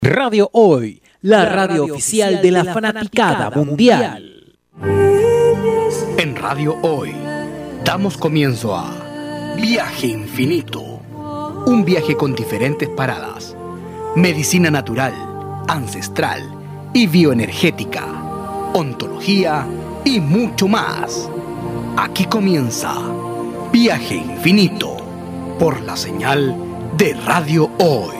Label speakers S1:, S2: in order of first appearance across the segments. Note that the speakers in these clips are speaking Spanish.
S1: Radio Hoy, la radio oficial de la fanaticada mundial.
S2: En Radio Hoy, damos comienzo a Viaje Infinito. Un viaje con diferentes paradas. Medicina natural, ancestral y bioenergética. Ontología y mucho más. Aquí comienza Viaje Infinito por la señal de Radio Hoy.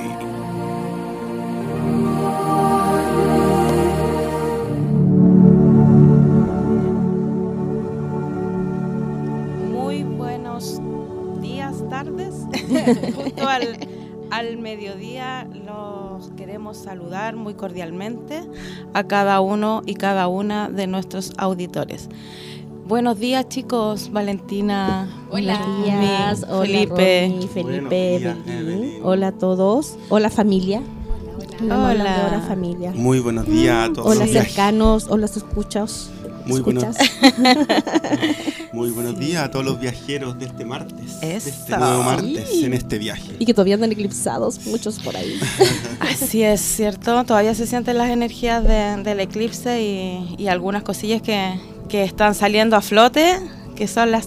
S3: Justo al mediodía los queremos saludar muy cordialmente a cada uno y cada una de nuestros auditores. Buenos días, chicos. Valentina,
S4: hola,
S3: Felipe,
S4: Ronnie, Felipe, Belín. Hola a todos. Hola, familia.
S3: Hola,
S4: familia.
S5: Muy buenos días a todos.
S4: Hola, cercanos. Hola, escuchas.
S5: Muy buenos días a todos los viajeros de este martes. De este nuevo martes en este viaje.
S4: Y que todavía andan eclipsados, muchos por ahí.
S3: Así es, ¿cierto? Todavía se sienten las energías del eclipse y algunas cosillas que están saliendo a flote, que son las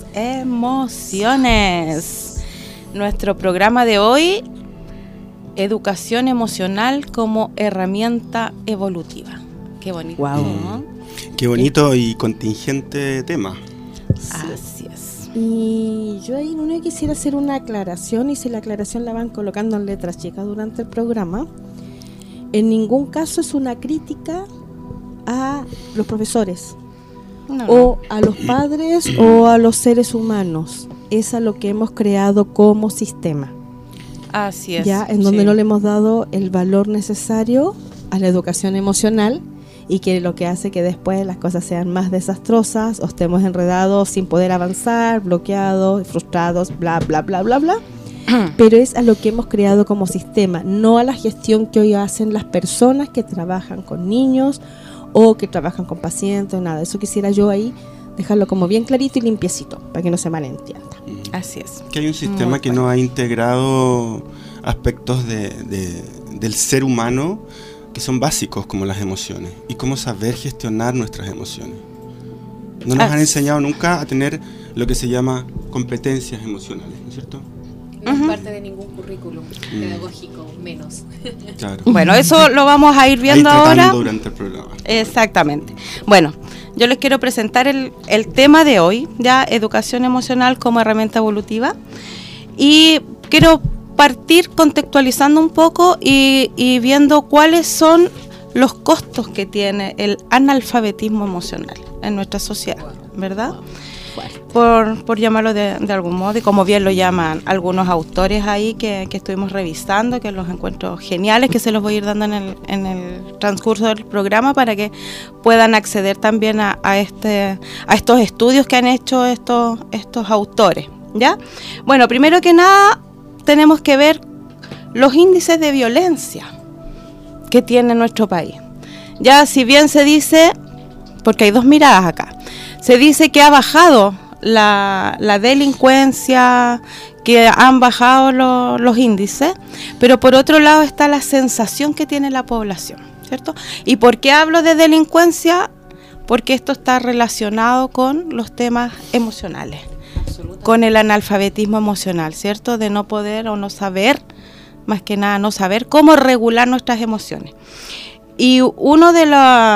S3: emociones. Nuestro programa de hoy, educación emocional como herramienta evolutiva. Qué bonito.
S4: Wow.
S3: ¿No?
S5: Qué bonito y contingente tema.
S3: Así es.
S4: Y yo ahí no quisiera hacer una aclaración, y si la aclaración la van colocando en letras chicas durante el programa, en ningún caso es una crítica a los profesores, o a los padres o a los seres humanos. Es a lo que hemos creado como sistema.
S3: Así es.
S4: Ya, en donde no le hemos dado el valor necesario a la educación emocional, y que lo que hace que después las cosas sean más desastrosas o estemos enredados sin poder avanzar, bloqueados, frustrados, bla, bla, bla, bla, bla. Pero es a lo que hemos creado como sistema, no a la gestión que hoy hacen las personas que trabajan con niños o que trabajan con pacientes, nada. Eso quisiera yo ahí dejarlo como bien clarito y limpiecito, para que no se malentienda.
S3: Así es.
S5: Que hay un sistema que no ha integrado aspectos del ser humano que son básicos, como las emociones y cómo saber gestionar nuestras emociones. No nos han enseñado nunca a tener lo que se llama competencias emocionales, ¿no es cierto?
S6: No es parte de ningún currículum pedagógico, menos.
S5: Claro.
S3: Bueno, eso lo vamos a ir viendo ahora
S5: durante el programa.
S3: Exactamente. Bueno, yo les quiero presentar el tema de hoy, ya, educación emocional como herramienta evolutiva, y quiero partir contextualizando un poco y viendo cuáles son los costos que tiene el analfabetismo emocional en nuestra sociedad, ¿verdad? Por llamarlo de algún modo, y como bien lo llaman algunos autores ahí que estuvimos revisando, que los encuentro geniales, que se los voy a ir dando en el transcurso del programa para que puedan acceder también a estos estudios que han hecho estos autores, ¿ya? Bueno, primero que nada tenemos que ver los índices de violencia que tiene nuestro país. Ya, si bien se dice, porque hay dos miradas acá, se dice que ha bajado la delincuencia, que han bajado los índices, pero por otro lado está la sensación que tiene la población, ¿cierto? ¿Y por qué hablo de delincuencia? Porque esto está relacionado con los temas emocionales, con el analfabetismo emocional, ¿cierto? De no poder o no saber, más que nada no saber cómo regular nuestras emociones. Y uno de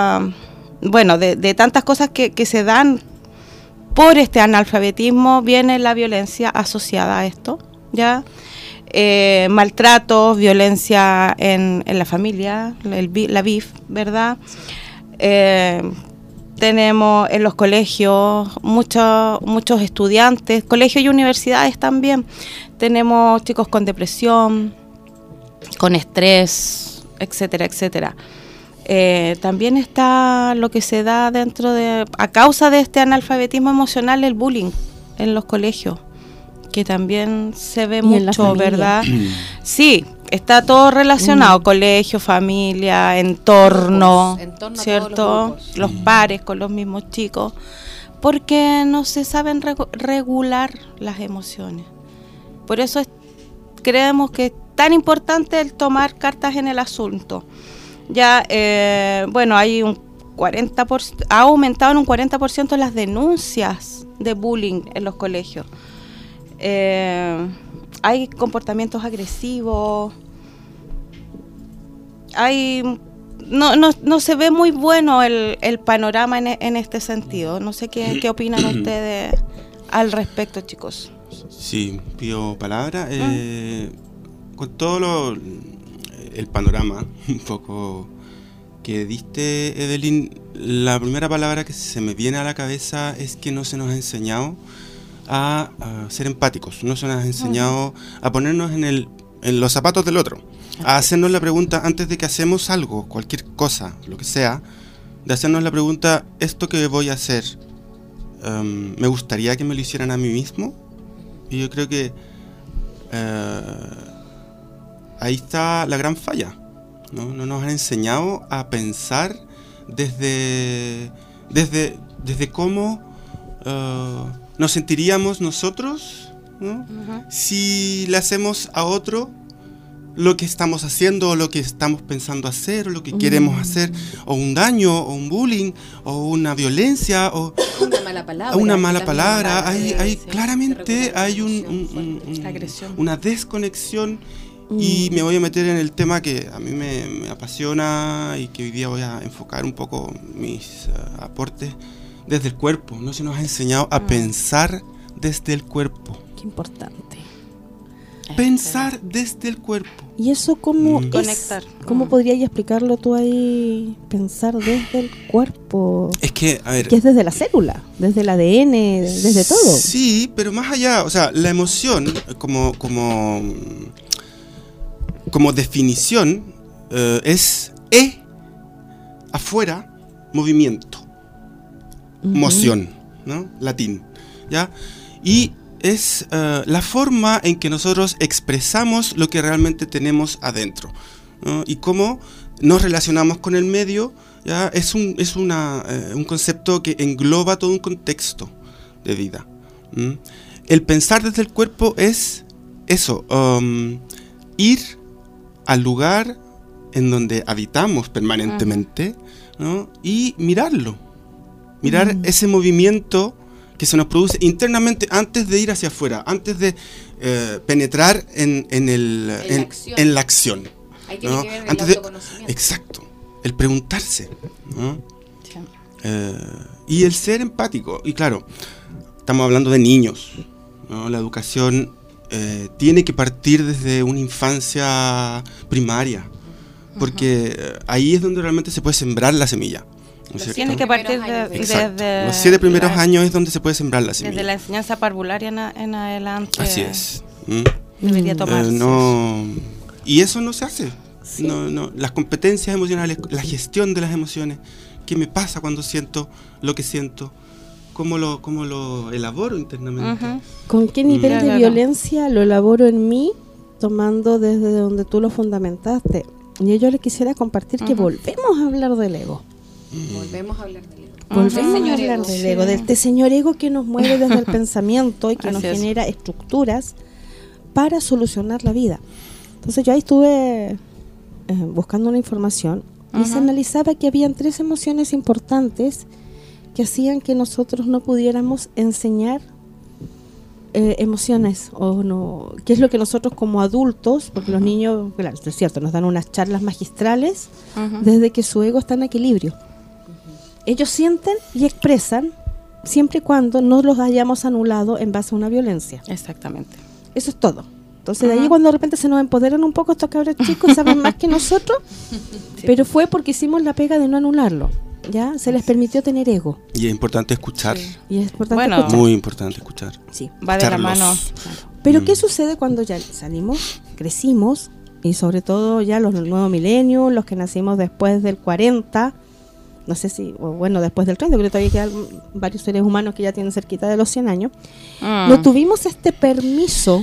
S3: de tantas cosas que se dan por este analfabetismo viene la violencia asociada a esto, ¿ya? Maltratos, violencia en la familia, la BIF, ¿verdad? Tenemos en los colegios muchos estudiantes, colegios y universidades también. Tenemos chicos con depresión, con estrés, etcétera, etcétera. También está lo que se da a causa de este analfabetismo emocional, el bullying en los colegios, que también se ve mucho, ¿verdad? Sí, está todo relacionado, colegio, familia, entorno, ¿cierto? Los pares con los mismos chicos, porque no se saben regular las emociones. Por eso creemos que tan importante el tomar cartas en el asunto. Ya, bueno, hay un 40%, ha aumentado en un 40% las denuncias de bullying en los colegios. Hay comportamientos agresivos, no se ve muy bueno el panorama en este sentido. No sé qué opinan ustedes al respecto, chicos.
S5: Sí, pido palabra. Con todo el panorama un poco que diste, Evelyn, la primera palabra que se me viene a la cabeza es que no se nos ha enseñado a ser empáticos, no se nos ha enseñado a ponernos en los zapatos del otro, a hacernos la pregunta antes de que hacemos algo, cualquier cosa, lo que sea, de hacernos la pregunta, ¿esto que voy a hacer me gustaría que me lo hicieran a mí mismo? Y yo creo que ahí está la gran falla, ¿no? No nos han enseñado a pensar desde cómo nos sentiríamos nosotros, ¿no? Si le hacemos a otro lo que estamos haciendo o lo que estamos pensando hacer o lo que queremos hacer, o un daño o un bullying o una violencia o una mala palabra. Hay claramente hay una desconexión. Y me voy a meter en el tema que a mí me apasiona y que hoy día voy a enfocar un poco mis aportes desde el cuerpo. No se nos ha enseñado a pensar desde el cuerpo.
S4: Qué importante.
S5: Pensar desde el cuerpo.
S4: ¿Y eso cómo es?
S3: Conectar.
S4: ¿Cómo podrías explicarlo tú ahí? Pensar desde el cuerpo.
S5: Es que, a ver...
S4: Que es desde la célula, desde el ADN, desde todo.
S5: Sí, pero más allá, o sea, la emoción como definición es afuera, movimiento, moción, ¿no? Latín, ¿ya? Y es la forma en que nosotros expresamos lo que realmente tenemos adentro, ¿no? Y cómo nos relacionamos con el medio, ¿ya? Es un concepto que engloba todo un contexto de vida. El pensar desde el cuerpo es eso, ir al lugar en donde habitamos permanentemente, ¿no? Y mirar ese movimiento que se nos produce internamente antes de ir hacia afuera, antes de penetrar en la acción.
S6: Ahí tiene
S5: ¿no?
S6: que ver el
S5: Antes
S6: autoconocimiento.
S5: exacto, el preguntarse, ¿no?
S3: Sí.
S5: Y el ser empático. Y claro, estamos hablando de niños, ¿no? La educación tiene que partir desde una infancia primaria, porque ahí es donde realmente se puede sembrar la semilla, ¿no es cierto?
S3: Tiene que partir desde
S5: los 7 primeros años es donde se puede sembrar la semilla.
S3: desde la enseñanza parvularia en adelante.
S5: Así es.
S3: Debería tomarse.
S5: Y eso no se hace. Sí. No, las competencias emocionales, la gestión de las emociones, qué me pasa cuando siento lo que siento, cómo lo elaboro internamente.
S4: ¿Con qué nivel de violencia lo elaboro en mí, tomando desde donde tú lo fundamentaste? Y yo les quisiera compartir que volvemos a hablar del ego.
S6: Volvemos a hablar del ego.
S4: Volvemos a hablar del ego, de este señor ego que nos mueve desde el pensamiento y que nos genera estructuras para solucionar la vida. Entonces yo ahí estuve buscando una información y se analizaba que habían 3 emociones importantes que hacían que nosotros no pudiéramos enseñar emociones o no, qué es lo que nosotros como adultos, porque los niños, claro, es cierto, nos dan unas charlas magistrales desde que su ego está en equilibrio. Ellos sienten y expresan siempre y cuando no los hayamos anulado en base a una violencia.
S3: Exactamente.
S4: Eso es todo. Entonces de ahí cuando de repente se nos empoderan un poco estos cabros chicos, saben más que nosotros, pero fue porque hicimos la pega de no anularlo. ¿Ya? Se les permitió tener ego.
S5: Y es importante escuchar.
S3: Sí.
S4: Y es importante escuchar.
S5: Muy importante escuchar.
S4: Sí.
S3: Va de la mano.
S4: Claro. Pero ¿qué sucede cuando ya salimos, crecimos, y sobre todo ya los nuevos milenios, los que nacimos después del 40, no sé si, o bueno, después del 30, creo que todavía quedan varios seres humanos que ya tienen cerquita de los 100 años, no tuvimos este permiso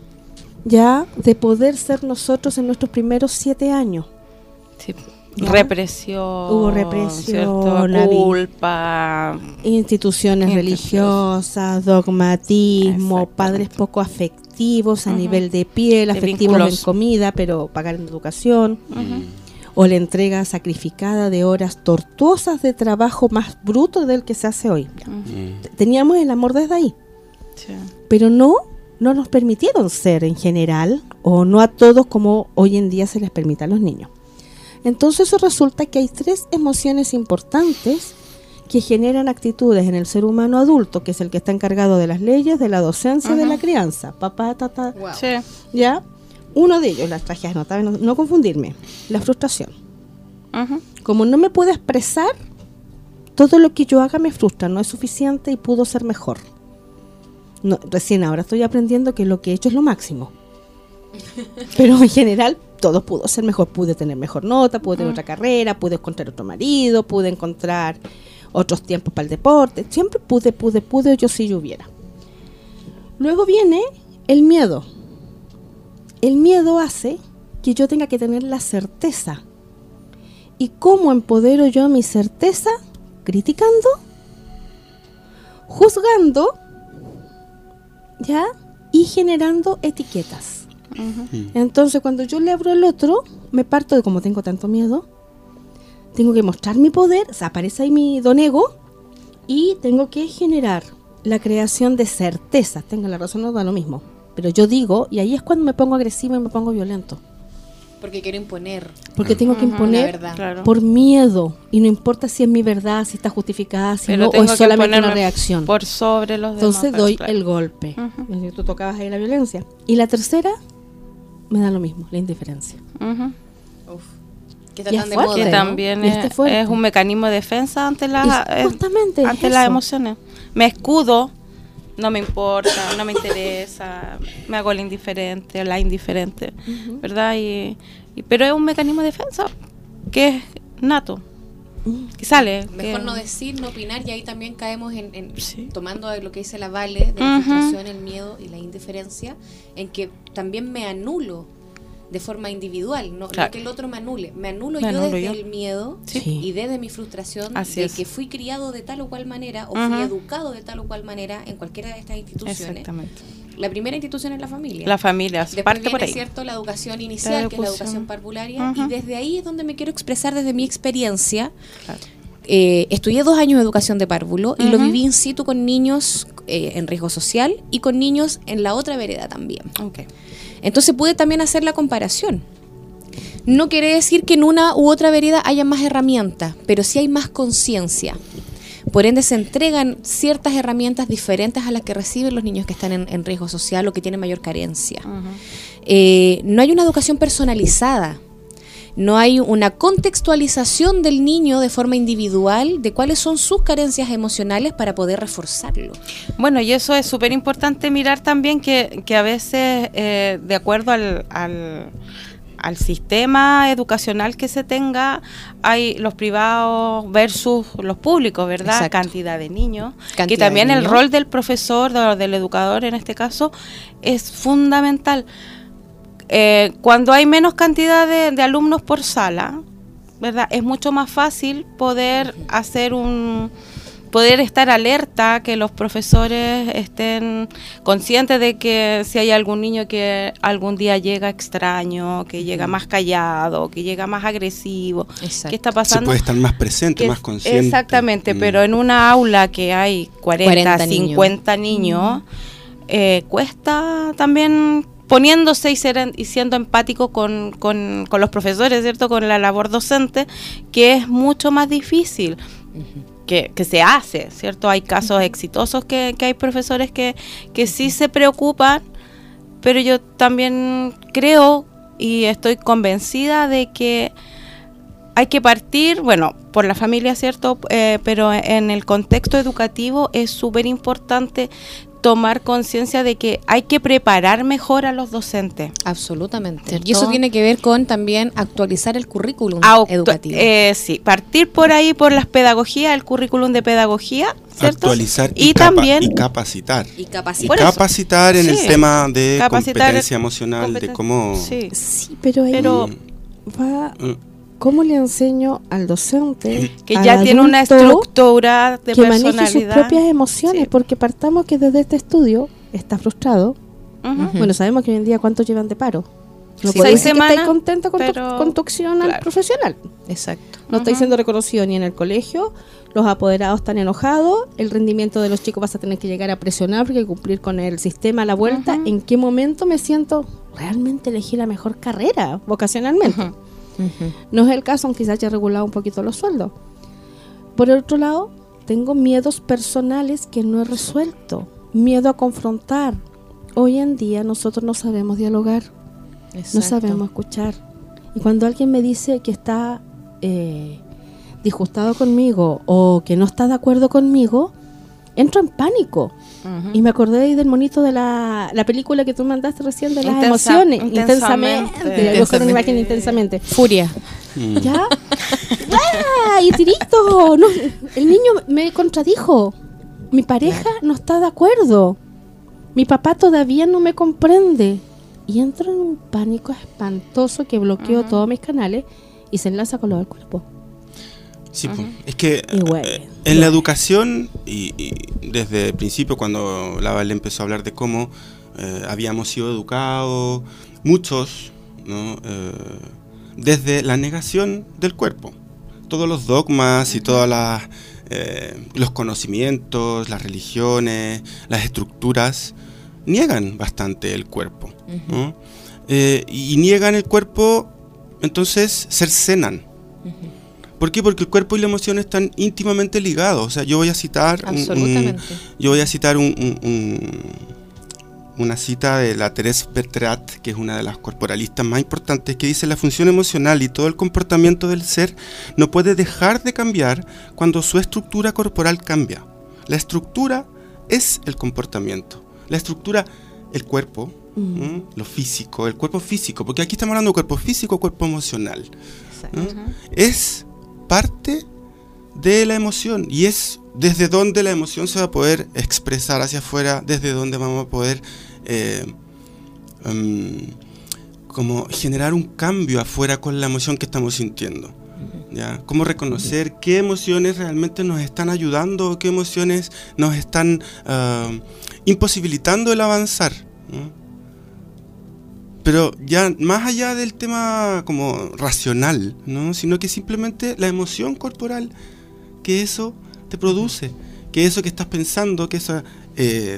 S4: ya de poder ser nosotros en nuestros primeros 7 años.
S3: Sí.
S4: ¿Ya?
S3: Represión.
S4: Hubo represión,
S3: culpa.
S4: Instituciones religiosas, dogmatismo, padres poco afectivos. afectivos, a nivel de piel,
S3: de
S4: afectivos
S3: vínculos.
S4: en comida, pero pagar en educación, o la entrega sacrificada de horas tortuosas de trabajo más bruto del que se hace hoy. Teníamos el amor desde ahí,
S3: Sí.
S4: pero no nos permitieron ser en general, o no a todos como hoy en día se les permite a los niños. Entonces eso resulta que hay 3 emociones importantes que generan actitudes en el ser humano adulto, que es el que está encargado de las leyes, de la docencia, de la crianza. Papá, tata,
S6: Wow.
S3: Sí.
S4: ¿ya? Uno de ellos, las traje anotadas, no confundirme, la frustración.
S3: Ujú.
S4: Como no me puedo expresar, todo lo que yo haga me frustra, no es suficiente y pudo ser mejor. No, recién ahora estoy aprendiendo que lo que he hecho es lo máximo. Pero en general todo pudo ser mejor, pude tener mejor nota, pude tener otra carrera, pude encontrar otro marido, pude encontrar otros tiempos para el deporte, siempre pude, yo si yo hubiera. Luego viene el miedo. El miedo hace que yo tenga que tener la certeza. ¿Y cómo empodero yo mi certeza? Criticando, juzgando, ¿ya? Y generando etiquetas. Entonces cuando yo le abro al otro, me parto de como tengo tanto miedo, tengo que mostrar mi poder, o sea, aparece ahí mi don ego, y tengo que generar la creación de certeza. Tenga la razón, no da lo mismo, pero yo digo, y ahí es cuando me pongo agresivo y me pongo violento,
S6: Porque quiero imponer
S4: porque tengo que
S6: la
S4: imponer
S6: verdad.
S3: Claro.
S4: por miedo, y no importa si es mi verdad, si está justificada, si
S3: Pero
S4: no, o
S3: tengo
S4: es
S3: que
S4: solamente una
S3: ponerme
S4: reacción.
S3: por sobre los
S4: Entonces
S3: demás.
S4: doy
S3: Claro.
S4: el golpe.
S3: Ujú.
S4: Y tú tocabas ahí la violencia. Y la tercera, me da lo mismo, la indiferencia.
S3: Ujú.
S6: Uf, que está
S4: Y
S6: tan
S4: es
S6: de
S4: fuerte,
S3: Que
S6: moda,
S4: ¿no?
S3: también
S4: Y este
S3: es,
S4: fuerte.
S3: es un mecanismo de defensa ante las
S4: Y justamente
S3: ante
S4: eso.
S3: las emociones. Me escudo, no me importa, no me interesa, me hago la indiferente o la indiferente, ¿verdad? Pero es un mecanismo de defensa que es nato, que sale.
S6: Mejor
S3: que-
S6: no decir, no opinar, y ahí también caemos en
S3: Sí.
S6: tomando lo que dice la Vale, de la
S3: Ujú.
S6: frustración, el miedo y la indiferencia, en que también me anulo de forma individual, no
S3: Claro.
S6: que el otro me anule
S3: Me
S6: yo
S3: anulo
S6: desde
S3: yo.
S6: el miedo
S4: Sí.
S6: y desde mi frustración
S3: Así
S6: de
S3: es.
S6: que fui criado de tal o cual manera o
S3: Ujú.
S6: fui educado de tal o cual manera en cualquiera de estas instituciones.
S3: Exactamente.
S6: La primera institución es la familia.
S3: La familia
S6: Después
S3: parte
S6: viene,
S3: por ahí.
S6: ¿cierto?, la educación inicial, que es la educación parvularia,
S3: Ujú.
S6: y desde ahí es donde me quiero expresar desde mi experiencia.
S3: Claro.
S6: Estudié 2 años de educación de párvulo y lo
S3: Ujú.
S6: viví in situ con niños en riesgo social y con niños en la otra vereda también.
S3: Okay.
S6: Entonces pude también hacer la comparación. No quiere decir que en una u otra vereda haya más herramientas, pero sí hay más conciencia. Por ende se entregan ciertas herramientas diferentes a las que reciben los niños que están en riesgo social o que tienen mayor carencia. No hay una educación personalizada. No hay una contextualización del niño de forma individual de cuáles son sus carencias emocionales para poder reforzarlo.
S3: Bueno, y eso es súper importante mirar también que a veces, de acuerdo al sistema educacional que se tenga, hay los privados versus los públicos, ¿verdad?
S6: Exacto.
S3: Cantidad de niños.
S6: Cantidad
S3: que también
S6: de
S3: el
S6: niños.
S3: rol del profesor, del educador en este caso, es fundamental. Cuando hay menos cantidad de alumnos por sala, ¿verdad? Es mucho más fácil poder poder estar alerta, que los profesores estén conscientes de que si hay algún niño que algún día llega extraño, que llega más callado, que llega más agresivo,
S6: Exacto.
S3: ¿qué está
S5: Se
S3: pasando?
S5: puede estar más presente,
S3: Que-
S5: más consciente.
S3: Exactamente, pero en una aula que hay 40
S6: niños.
S3: 50 niños, cuesta también poniéndose y siendo empático con los profesores, ¿cierto? Con la labor docente, que es mucho más difícil. Que se hace, ¿cierto? Hay casos exitosos que hay profesores que sí se preocupan, pero yo también creo y estoy convencida de que hay que partir, bueno, por la familia, ¿cierto? Pero en el contexto educativo es súper importante tomar conciencia de que hay que preparar mejor a los docentes.
S6: Absolutamente.
S3: ¿Cierto?
S6: Y eso tiene que ver con también actualizar el currículum educativo.
S3: Sí, partir por ahí, por las pedagogías, el currículum de pedagogía, ¿cierto?
S5: Actualizar
S3: y también
S5: y capacitar.
S6: Y
S5: Y
S6: capacitar.
S3: Por eso.
S5: capacitar en el
S3: Sí.
S5: tema de
S3: Capacitar-
S5: competencia emocional, de cómo...
S3: Sí.
S4: Sí, pero ahí
S3: Pero
S4: va,
S5: Mm.
S4: ¿cómo le enseño al docente
S3: que
S4: al
S3: ya tiene una
S4: adulto
S3: estructura de
S4: que maneje sus
S3: personalidad.
S4: propias emociones?
S3: Sí.
S4: Porque partamos que desde este estudio está frustrado, Bueno, sabemos que hoy en día cuántos llevan de paro. No
S3: Sí,
S4: puedes
S3: 6
S4: decir que
S3: semanas,
S4: estás contento
S3: pero-
S4: con tu acción
S3: claro.
S4: profesional.
S6: Exacto.
S4: No estáis siendo reconocido ni en el colegio, los apoderados están enojados, el rendimiento de los chicos vas a tener que llegar a presionar porque hay que cumplir con el sistema a la vuelta. ¿En qué momento me siento realmente elegí la mejor carrera vocacionalmente? No es el caso, aunque se haya regulado un poquito los sueldos. Por el otro lado, tengo miedos personales que no he resuelto, miedo a confrontar. Hoy en día nosotros no sabemos dialogar, no
S6: Exacto.
S4: sabemos escuchar. Y cuando alguien me dice que está disgustado conmigo o que no está de acuerdo conmigo, entro en pánico. Y me acordé ahí del monito de la película que tú mandaste recién de las emociones. Intensamente. Buscar una imagen intensamente.
S6: Furia.
S4: ¿Ya? ¡Ah! ¡Y tirito! No, el niño me contradijo. Mi pareja no está de acuerdo. Mi papá todavía no me comprende. Y entro en un pánico espantoso que bloqueo todos mis canales y se enlaza con lo del cuerpo.
S5: Sí, es que
S4: Y bueno,
S5: en la educación, y desde el principio cuando la Vale empezó a hablar de cómo habíamos sido educados, muchos, ¿no? Desde la negación del cuerpo. Todos los dogmas y todos los conocimientos, las religiones, las estructuras, niegan bastante el cuerpo, ¿no? Y niegan el cuerpo, entonces cercenan. ¿Por qué? Porque el cuerpo y la emoción están íntimamente ligados. O sea, yo voy a citar una cita de la Thérèse Bertrat, que es una de las corporalistas más importantes, que dice: la función emocional y todo el comportamiento del ser no puede dejar de cambiar cuando su estructura corporal cambia. La estructura es el comportamiento. La estructura, el cuerpo, lo físico, el cuerpo físico, porque aquí estamos hablando de cuerpo físico, cuerpo emocional, ¿no? Es parte de la emoción y es desde donde la emoción se va a poder expresar hacia afuera, desde donde vamos a poder como generar un cambio afuera con la emoción que estamos sintiendo. ¿Ya? Cómo reconocer qué emociones realmente nos están ayudando, qué emociones nos están imposibilitando el avanzar, ¿no? Pero ya más allá del tema como racional, ¿no? Sino que simplemente la emoción corporal que eso te produce, que eso que estás pensando, que esa, que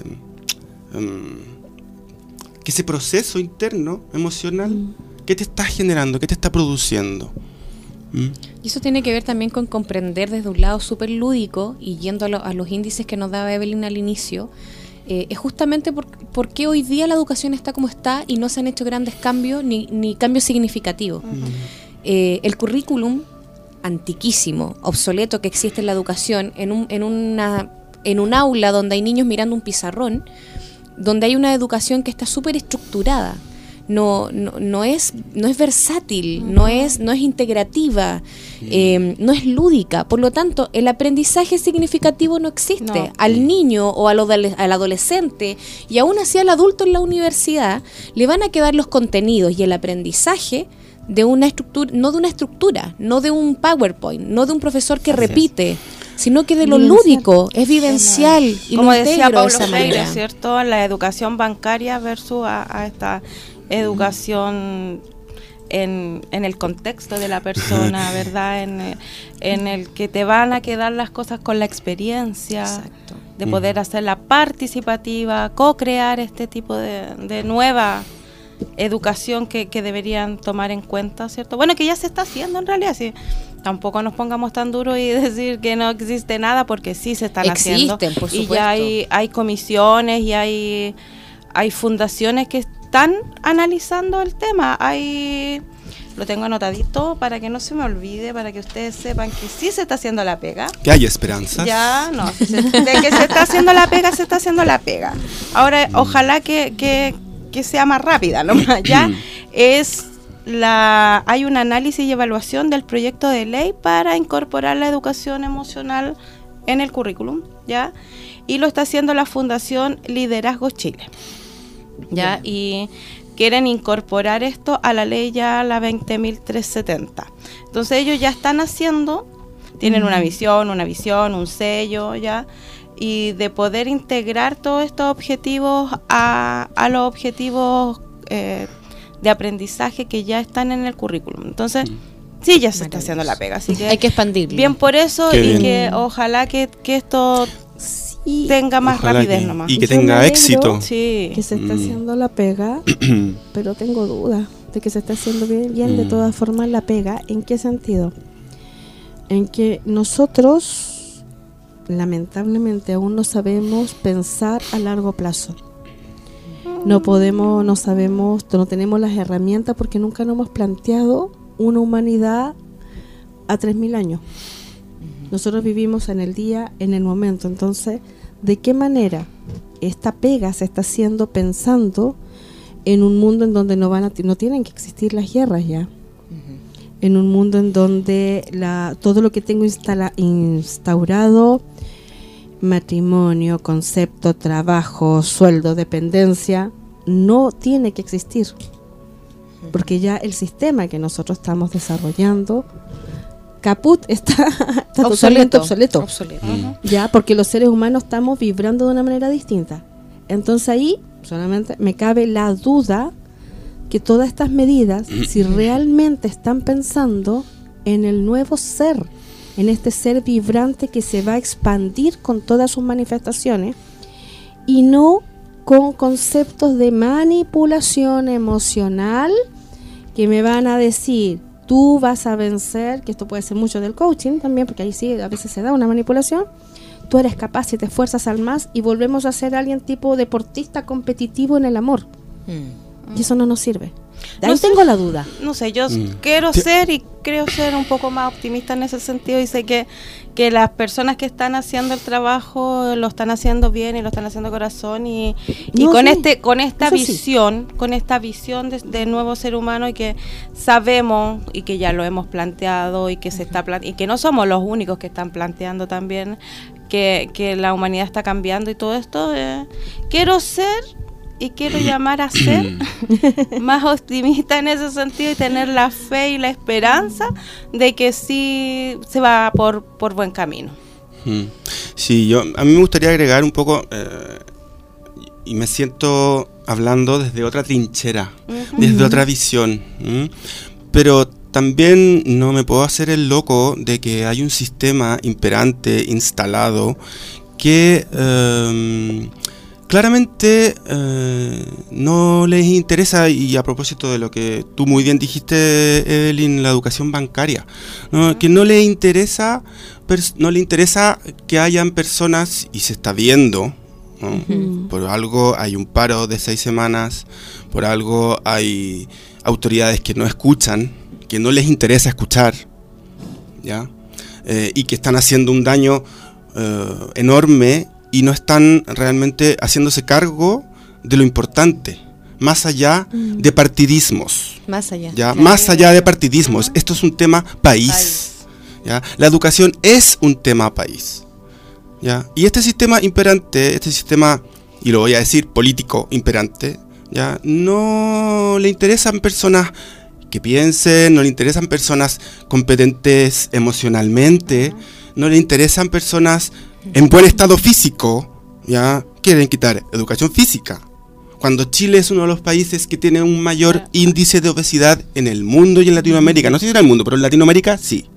S5: ese proceso interno emocional, ¿qué te está generando? ¿Qué te está produciendo?
S6: Y eso tiene que ver también con comprender desde un lado súper lúdico, y yendo a los índices que nos daba Evelyn al inicio, es justamente por qué hoy día la educación está como está y no se han hecho grandes cambios ni cambios significativos. El currículum antiquísimo, obsoleto que existe en la educación, en un aula donde hay niños mirando un pizarrón, donde hay una educación que está súper estructurada. No es versátil, no es integrativa, no es lúdica. Por lo tanto, el aprendizaje significativo no existe. Al niño o al adolescente, y aún así al adulto en la universidad, le van a quedar los contenidos y el aprendizaje de una estructura, no de un PowerPoint, no de un profesor que repite, sino que de lo lúdico, es vivencial. Y
S3: como
S6: lo
S3: decía
S6: integro de
S3: Paulo
S6: esa
S3: Freire,
S6: manera.
S3: ¿cierto? La educación bancaria versus a esta educación en el contexto de la persona, ¿verdad? En el que te van a quedar las cosas con la experiencia.
S6: Exacto.
S3: De poder hacerla participativa, co-crear este tipo de nueva educación que deberían tomar en cuenta, ¿cierto? Bueno, que ya se está haciendo en realidad, sí. Tampoco nos pongamos tan duros y decir que no existe nada, porque sí se están haciendo.
S6: Existen, por supuesto.
S3: Y ya hay comisiones y hay fundaciones que están analizando el tema. Lo tengo anotadito para que no se me olvide, para que ustedes sepan que sí se está haciendo la pega.
S5: Que hay esperanzas.
S3: Ya, no, de que se está haciendo la pega, se está haciendo la pega. Ahora, ojalá que sea más rápida, ¿no? Ya hay un análisis y evaluación del proyecto de ley para incorporar la educación emocional en el currículum, ¿ya? Y lo está haciendo la Fundación Liderazgo Chile, ¿ya? Y quieren incorporar esto a la ley ya, la 20.370. Entonces ellos ya están haciendo, tienen una visión, un sello, ¿ya? y de poder integrar todos estos objetivos a los objetivos de aprendizaje que ya están en el currículum. Entonces, sí, ya se está haciendo la pega, así que
S6: hay que expandirlo.
S3: bien por eso.
S5: Qué
S3: y
S5: bien.
S3: que ojalá que esto
S4: Sí,
S3: tenga más
S5: Ojalá
S3: rapidez
S5: que-
S3: nomás.
S5: y que
S4: Yo me
S5: tenga
S4: alegro
S5: éxito.
S3: Sí.
S4: que se está haciendo la pega, pero tengo dudas de que se está haciendo bien de todas formas la pega. ¿En qué sentido? En que nosotros lamentablemente aún no sabemos pensar a largo plazo. No podemos, no sabemos, no tenemos las herramientas porque nunca nos hemos planteado una humanidad a 3000 años. Nosotros vivimos en el día, en el momento. Entonces, ¿de qué manera esta pega se está haciendo pensando en un mundo en donde no tienen que existir las guerras ya? En un mundo en donde todo lo que tengo instaurado, matrimonio, concepto, trabajo, sueldo, dependencia, no tiene que existir. Porque ya el sistema que nosotros estamos desarrollando, caput, está totalmente obsoleto. Ya, porque los seres humanos estamos vibrando de una manera distinta. Entonces ahí solamente me cabe la duda que todas estas medidas, si realmente están pensando en el nuevo ser, en este ser vibrante que se va a expandir con todas sus manifestaciones y no con conceptos de manipulación emocional que me van a decir: tú vas a vencer, que esto puede ser mucho del coaching también, porque ahí sí a veces se da una manipulación. Tú eres capaz si te esfuerzas al más, y volvemos a ser alguien tipo deportista competitivo en el amor. Y eso no nos sirve. De ahí
S3: No sé.
S4: tengo la duda.
S3: No sé, yo quiero ser y creo ser un poco más optimista en ese sentido, y sé que las personas que están haciendo el trabajo lo están haciendo bien y lo están haciendo corazón y
S4: No,
S3: con
S4: sí.
S3: con esta
S4: Eso sí.
S3: visión de nuevo ser humano, y que sabemos y que ya lo hemos planteado y que se está y que no somos los únicos que están planteando también que la humanidad está cambiando y todo esto. Quiero ser y quiero llamar a ser más optimista en ese sentido y tener la fe y la esperanza de que sí se va por buen camino.
S5: Sí, a mí me gustaría agregar un poco, y me siento hablando desde otra trinchera, desde otra visión, pero también no me puedo hacer el loco de que hay un sistema imperante, instalado, que claramente no les interesa. Y a propósito de lo que tú muy bien dijiste, Evelyn, la educación bancaria, ¿no? Que no le interesa que hayan personas, y se está viendo, ¿no? Por algo hay un paro de 6 semanas, por algo hay autoridades que no escuchan, que no les interesa escuchar, ¿ya? Y que están haciendo un daño enorme, y no están realmente haciéndose cargo de lo importante, más allá de partidismos.
S6: Más allá.
S5: ¿Ya? Más allá de partidismos. Esto es un tema país. ¿Ya? La educación es un tema país. ¿Ya? Y este sistema imperante, este sistema, y lo voy a decir, político imperante, ¿ya? No le interesan personas que piensen, no le interesan personas competentes emocionalmente, no le interesan personas en buen estado físico. Ya quieren quitar educación física, cuando Chile es uno de los países que tiene un mayor índice de obesidad en el mundo y en Latinoamérica. No sé si en el mundo, pero en Latinoamérica sí.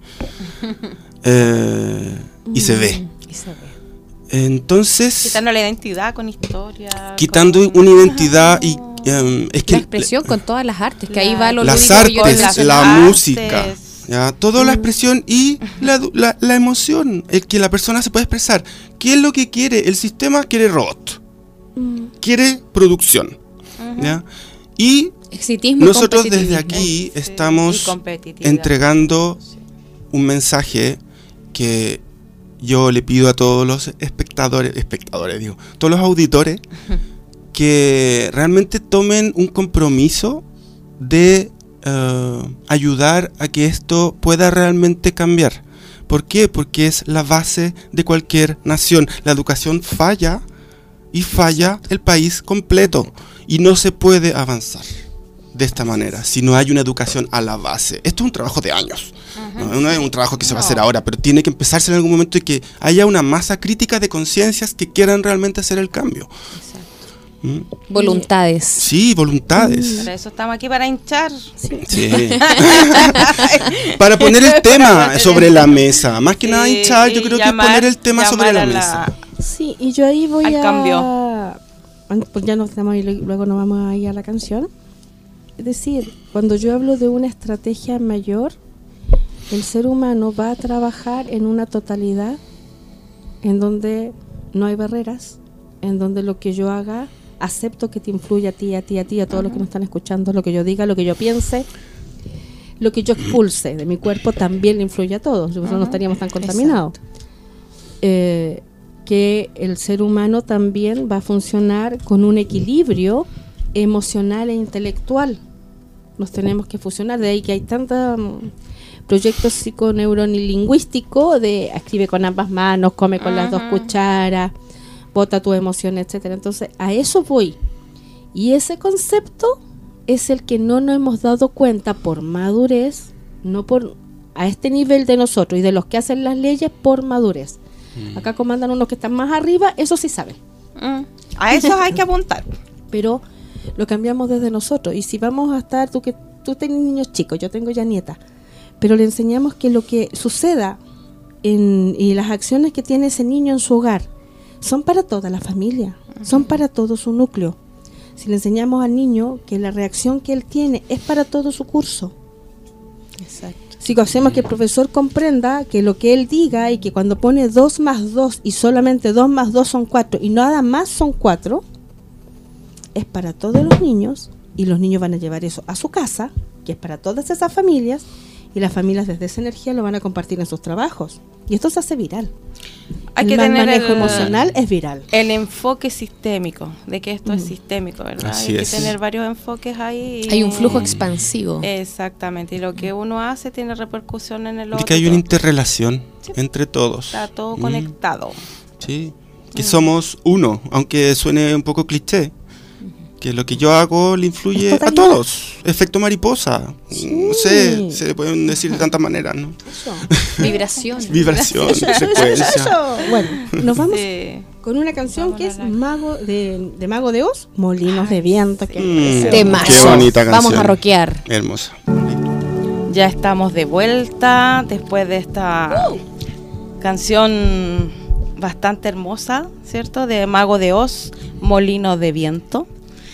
S5: Y se ve. Entonces,
S3: Quitando la identidad con historia.
S5: quitando
S3: con-
S5: una identidad, y es que
S6: La expresión con todas las artes, que ahí va lo
S5: las
S6: lúdico que yo
S5: artes,
S6: mencionaba.
S5: la
S3: artes.
S5: música, ¿ya? Toda la expresión y la emoción, el que la persona se puede expresar. ¿Qué es lo que quiere? El sistema quiere robot, quiere producción, ¿ya? Y
S6: Exitismo y
S5: nosotros desde
S6: competitivismo.
S5: aquí
S3: Sí,
S5: estamos
S3: y competitividad.
S5: entregando un mensaje que yo le pido a todos los espectadores, digo, todos los auditores, que realmente tomen un compromiso de ayudar a que esto pueda realmente cambiar. ¿Por qué? Porque es la base de cualquier nación. La educación falla y falla el país completo, y no se puede avanzar de esta manera si no hay una educación a la base. Esto es un trabajo de años. No es un trabajo que se va a hacer ahora, pero tiene que empezarse en algún momento y que haya una masa crítica de conciencias que quieran realmente hacer el cambio.
S6: Voluntades.
S5: Sí, voluntades.
S3: Para eso estamos aquí, para hinchar.
S5: Sí. Para poner el tema sobre la mesa. Más que nada hinchar, yo creo que es poner el tema sobre la mesa.
S4: Sí, y yo ahí voy
S3: al
S4: cambio. Pues ya nos estamos y luego nos vamos a ir a la canción. Es decir, cuando yo hablo de una estrategia mayor, el ser humano va a trabajar en una totalidad en donde no hay barreras, en donde lo que yo haga, acepto que te influya a ti, a todos los que nos están escuchando, lo que yo diga, lo que yo piense, lo que yo expulse de mi cuerpo también le influye a todos, si no estaríamos tan contaminados. Que el ser humano también va a funcionar con un equilibrio emocional e intelectual. Nos tenemos que fusionar, de ahí que hay tantos proyectos psiconeuronilingüísticos de escribe con ambas manos, come con las 2 cucharas, bota tu emoción, etcétera. Entonces, a eso voy. Y ese concepto es el que no nos hemos dado cuenta por madurez, no por a este nivel de nosotros y de los que hacen las leyes por madurez. Acá comandan unos que están más arriba, eso sí saben.
S3: A eso hay que apuntar.
S4: Pero lo cambiamos desde nosotros. Y si vamos a estar, tú tienes niños chicos, yo tengo ya nietas, pero le enseñamos que lo que suceda y las acciones que tiene ese niño en su hogar son para toda la familia, son para todo su núcleo. Si le enseñamos al niño que la reacción que él tiene es para todo su curso.
S3: Exacto.
S4: Si hacemos que el profesor comprenda que lo que él diga y que cuando pone 2 más 2 y solamente 2 más 2 son 4 y nada más son 4, es para todos los niños y los niños van a llevar eso a su casa, que es para todas esas familias, y las familias desde esa energía lo van a compartir en sus trabajos. Y esto se hace viral.
S3: Hay
S4: el
S3: que
S4: mal
S3: tener
S4: manejo emocional es viral.
S3: El enfoque sistémico, de que esto es sistémico, ¿verdad?
S5: Así
S3: Hay
S5: es.
S3: que tener varios enfoques ahí.
S6: Hay un flujo expansivo.
S3: Exactamente, y lo que uno hace tiene repercusión en el otro.
S5: Y que hay una interrelación entre todos.
S3: Está todo conectado.
S5: Sí, que somos uno, aunque suene un poco cliché. Que lo que yo hago le influye a todos. Efecto mariposa.
S4: Sí.
S5: No sé, se le pueden decir de tantas maneras, ¿no?
S4: Eso.
S6: Vibración.
S5: Vibración, frecuencia.
S4: Bueno, nos vamos
S3: Sí.
S4: con una canción
S3: Vamos
S4: que es
S3: a la-
S4: Mago de Oz, Molinos de Viento. Que
S6: Temazo.
S5: Qué bonita canción.
S6: Vamos a rockear.
S5: Hermosa.
S3: Ya estamos de vuelta después de esta canción bastante hermosa, ¿cierto? De Mago de Oz, Molino de Viento.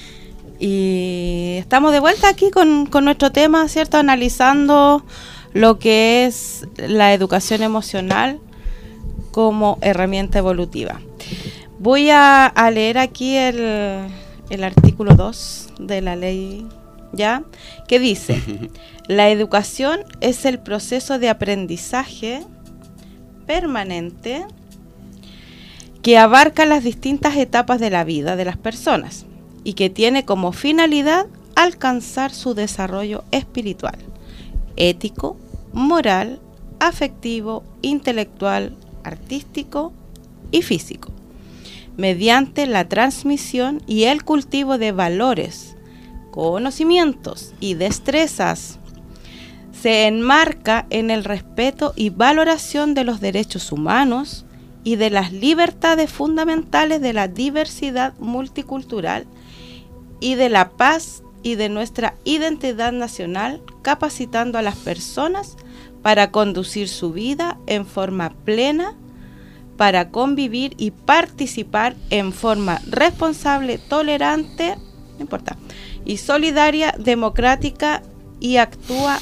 S3: Y estamos de vuelta aquí con nuestro tema, ¿cierto? Analizando lo que es la educación emocional como herramienta evolutiva. Voy a leer aquí el artículo 2 de la ley, ¿ya? Que dice: la educación es el proceso de aprendizaje permanente que abarca las distintas etapas de la vida de las personas y que tiene como finalidad alcanzar su desarrollo espiritual, ético, moral, afectivo, intelectual, artístico y físico, mediante la transmisión y el cultivo de valores, conocimientos y destrezas. Se enmarca en el respeto y valoración de los derechos humanos y de las libertades fundamentales de la diversidad multicultural y de la paz y de nuestra identidad nacional, capacitando a las personas para conducir su vida en forma plena, para convivir y participar en forma responsable, tolerante, no importa, y solidaria, democrática y activa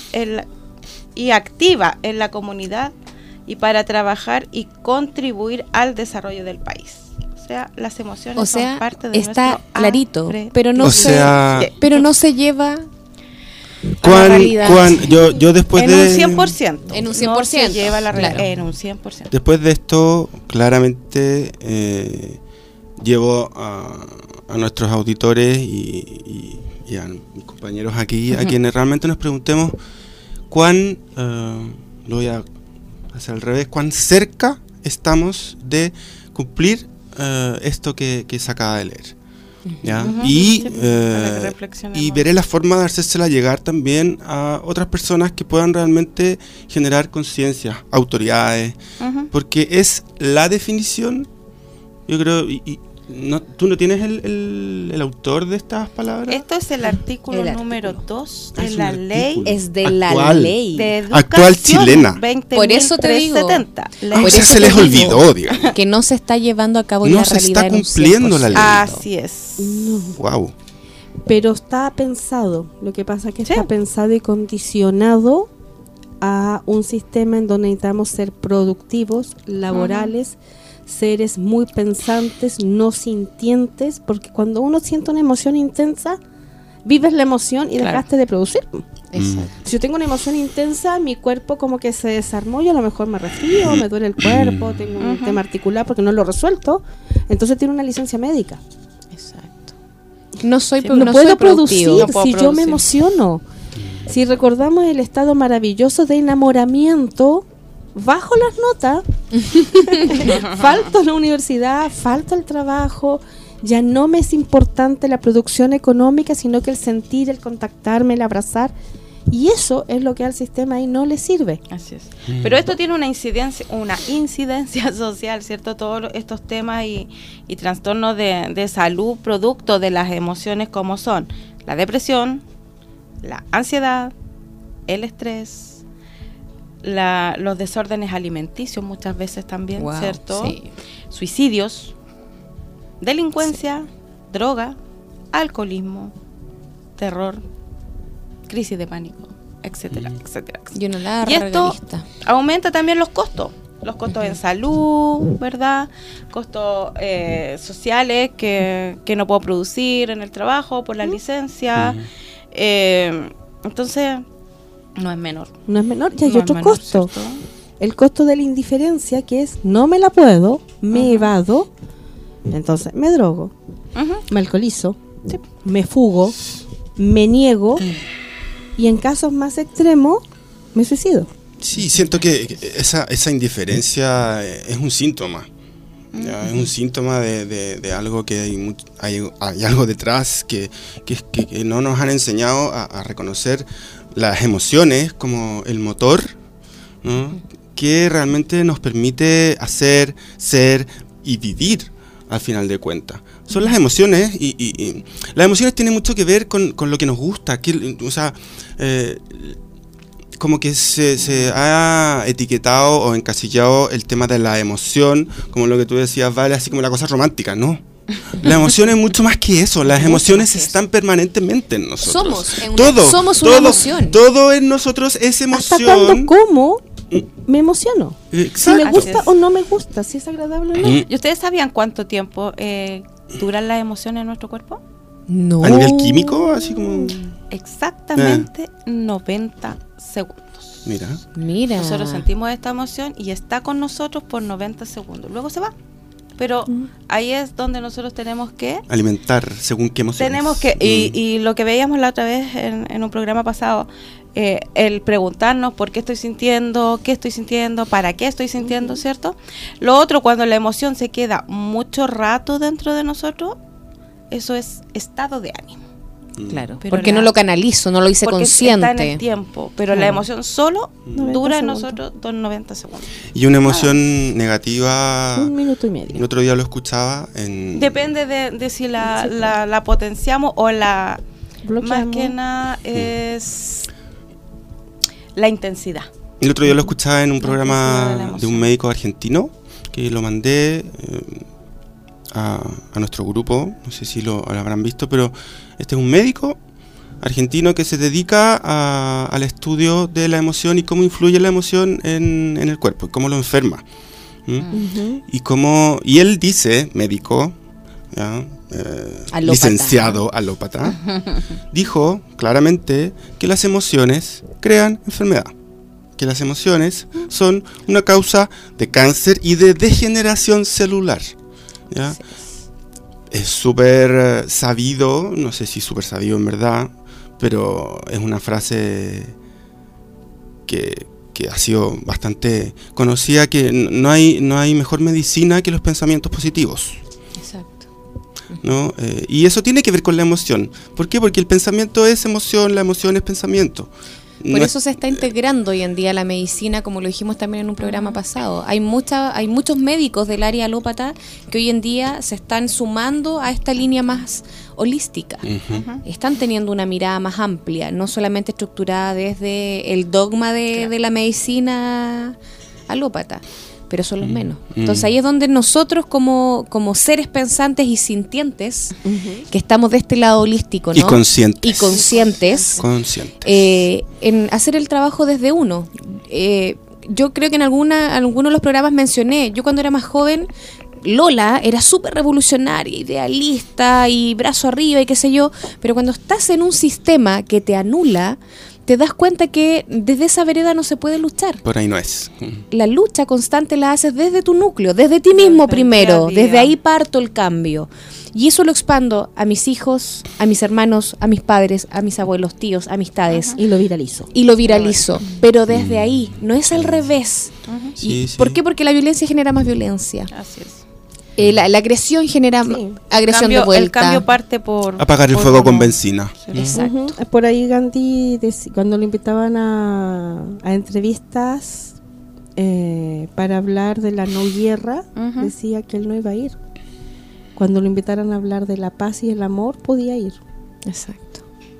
S3: en la comunidad y para trabajar y contribuir al desarrollo del país. O sea, las emociones son parte de
S6: está
S3: nuestro
S6: clarito,
S3: aprendizaje.
S6: pero no se lleva a la realidad.
S5: Yo después
S3: en
S5: de...
S3: un 100%.
S6: En un
S3: No se
S6: 100%,
S3: lleva la realidad,
S6: claro.
S3: en un 100%.
S5: Después de esto, claramente llevo a nuestros auditores y a mis compañeros aquí, a quienes realmente nos preguntemos cuán, lo voy a hacer al revés, cuán cerca estamos de cumplir esto que se acaba de leer. ¿ya?
S3: Ujú.
S5: Y,
S3: Sí, para que reflexionemos.
S5: y veré la forma de hacérsela llegar también a otras personas que puedan realmente generar conciencia, autoridades,
S3: Ujú.
S5: porque es la definición, yo creo, ¿tú no tienes el autor de estas palabras?
S3: Esto es el artículo
S6: El
S3: número
S6: artículo.
S3: 2
S5: Ah,
S3: de
S5: es un
S3: la
S5: artículo.
S3: ley
S6: Es de
S5: Actual.
S6: la ley.
S3: de
S5: Actual
S3: educación
S5: chilena.
S3: 20.370.
S6: Por eso te digo.
S3: Ley
S5: O
S6: Por
S5: sea,
S6: eso
S5: se les
S6: te digo
S5: olvidó, digamos.
S6: que no se está llevando a cabo en
S5: No
S6: la
S5: se
S6: realidad
S5: está
S6: en un
S5: cumpliendo la
S6: 100%.
S5: ley.
S3: Así es.
S4: No.
S5: Wow.
S4: Pero está pensado. Lo que pasa es que
S3: Sí.
S4: está pensado y condicionado a un sistema en donde necesitamos ser productivos, laborales, seres muy pensantes, no sintientes, porque cuando uno siente una emoción intensa, vives la emoción y
S3: Claro.
S4: dejaste de producir.
S6: Exacto.
S4: Si yo tengo una emoción intensa, mi cuerpo como que se desarmó y a lo mejor me resfrío, me duele el cuerpo, tengo un
S3: Ujú.
S4: tema articular porque no lo he resuelto, entonces tiene una licencia médica.
S6: Exacto. No soy,
S3: Sí,
S6: no
S4: no
S6: soy
S4: puedo
S6: productivo.
S4: producir
S3: No puedo
S4: si yo me
S3: producir.
S4: emociono. Si recordamos el estado maravilloso de enamoramiento, bajo las notas, falto a la universidad, falto al trabajo, ya no me es importante la producción económica, sino que el sentir, el contactarme, el abrazar. Y eso es lo que al sistema ahí no le sirve.
S3: Así es. Pero esto tiene una incidencia social, ¿cierto? Todos estos temas y trastornos de salud producto de las emociones como son la depresión, la ansiedad, el estrés, los desórdenes alimenticios muchas veces también,
S6: Wow,
S3: ¿cierto?
S6: sí.
S3: Suicidios, delincuencia, droga, alcoholismo, terror, crisis de pánico, etcétera, etcétera, etcétera.
S6: Y una larga
S3: Y esto
S6: lista.
S3: aumenta también los costos en salud, ¿verdad? Costos sociales que no puedo producir en el trabajo por la licencia. Entonces, no es menor.
S4: No es menor, ya hay
S3: No es
S4: otro
S3: menor,
S4: costo.
S3: ¿cierto?
S4: El costo de la indiferencia, que es no me la puedo, me
S3: Ujú.
S4: evado, entonces me drogo,
S3: Ujú.
S4: me alcoholizo,
S3: Sí.
S4: me fugo, me niego y en casos más extremos me suicido.
S5: Sí, siento que esa indiferencia es un síntoma. ¿Ya? Es un síntoma de algo que hay algo detrás que no nos han enseñado a reconocer las emociones como el motor, ¿no? Que realmente nos permite hacer, ser y vivir al final de cuentas. Son las emociones y las emociones tienen mucho que ver con lo que nos gusta. O sea, como que se ha etiquetado o encasillado el tema de la emoción, como lo que tú decías, Vale, así como la cosa romántica, ¿no? La emoción es mucho más que eso. Las emociones están permanentemente en nosotros.
S6: Somos una emoción.
S5: Todo en nosotros es
S4: Hasta cuando
S5: emoción.
S4: como me emociono. Si me
S5: Exacto.
S4: gusta
S3: es.
S4: o no me gusta, si es agradable o no.
S5: Mm.
S3: ¿Y ustedes sabían cuánto tiempo duran las emociones en nuestro cuerpo?
S6: No.
S5: A nivel químico, así como...
S3: Exactamente 90 segundos.
S5: Mira.
S6: Mira.
S3: Nosotros sentimos esta emoción y está con nosotros por 90 segundos. Luego se va. Pero ahí es donde nosotros tenemos que...
S5: Alimentar según qué emociones.
S3: Tenemos que... Y lo que veíamos la otra vez en un programa pasado, el preguntarnos por qué estoy sintiendo, para qué estoy sintiendo, ¿cierto? Lo otro, cuando la emoción se queda mucho rato dentro de nosotros, eso es estado de ánimo.
S6: Claro.
S3: Pero
S6: Porque no lo canalizo, no lo hice
S3: Porque
S6: consciente.
S3: está en el tiempo, pero la
S6: Claro.
S3: emoción solo
S4: 90
S3: dura en
S4: segundos.
S3: nosotros 90 segundos.
S5: Y una emoción negativa...
S4: 1 minuto y medio.
S5: El otro día lo escuchaba en...
S3: Depende de si la potenciamos o la...
S4: Bloqueamos.
S3: Más que nada es la intensidad.
S5: El otro día lo escuchaba en un
S3: La intensidad de la
S5: programa de
S3: emoción.
S5: un médico argentino que lo mandé a nuestro grupo, no sé si lo habrán visto, pero este es un médico argentino que se dedica al estudio de la emoción y cómo influye la emoción en el cuerpo, y cómo lo enferma. ¿Mm?
S4: Ujú.
S5: Y él dice, médico, ¿ya?
S6: Alópata.
S5: Licenciado alópata, dijo claramente que las emociones crean enfermedad, que las emociones son una causa de cáncer y de degeneración celular, ¿ya?
S6: Sí.
S5: Es súper sabido, no sé si súper sabido en verdad, pero es una frase que ha sido bastante conocida, que no hay mejor medicina que los pensamientos positivos.
S6: Exacto.
S5: ¿no? Y eso tiene que ver con la emoción. ¿Por qué? Porque el pensamiento es emoción, la emoción es pensamiento.
S6: Por eso se está integrando hoy en día la medicina, como lo dijimos también en un programa pasado. Hay muchos médicos del área alópata que hoy en día se están sumando a esta línea más holística. Están teniendo una mirada más amplia, no solamente estructurada desde el dogma de la medicina alópata, pero son los menos. Entonces ahí es donde nosotros como seres pensantes y sintientes, que estamos de este lado holístico, ¿no?
S5: Y conscientes.
S6: En hacer el trabajo desde uno. Yo creo que en algunos de los programas mencioné, yo cuando era más joven, Lola era súper revolucionaria, idealista y brazo arriba y qué sé yo, pero cuando estás en un sistema que te anula, te das cuenta que desde esa vereda no se puede luchar.
S5: Por ahí no es.
S6: La lucha constante la haces desde tu núcleo, desde ti mismo primero, desde ahí parto el cambio. Y eso lo expando a mis hijos, a mis hermanos, a mis padres, a mis abuelos, tíos, amistades.
S4: Y lo viralizo.
S6: Pero desde ahí, no es al revés. ¿Por qué? Porque la violencia genera más violencia.
S3: Así es.
S6: La agresión genera agresión de vuelta.
S3: El cambio parte por...
S5: Apagar el fuego con benzina.
S3: Sí.
S6: Exacto.
S4: Por ahí Gandhi, cuando lo invitaban a entrevistas para hablar de la no guerra, decía que él no iba a ir. Cuando lo invitaran a hablar de la paz y el amor, podía ir.
S6: Exacto.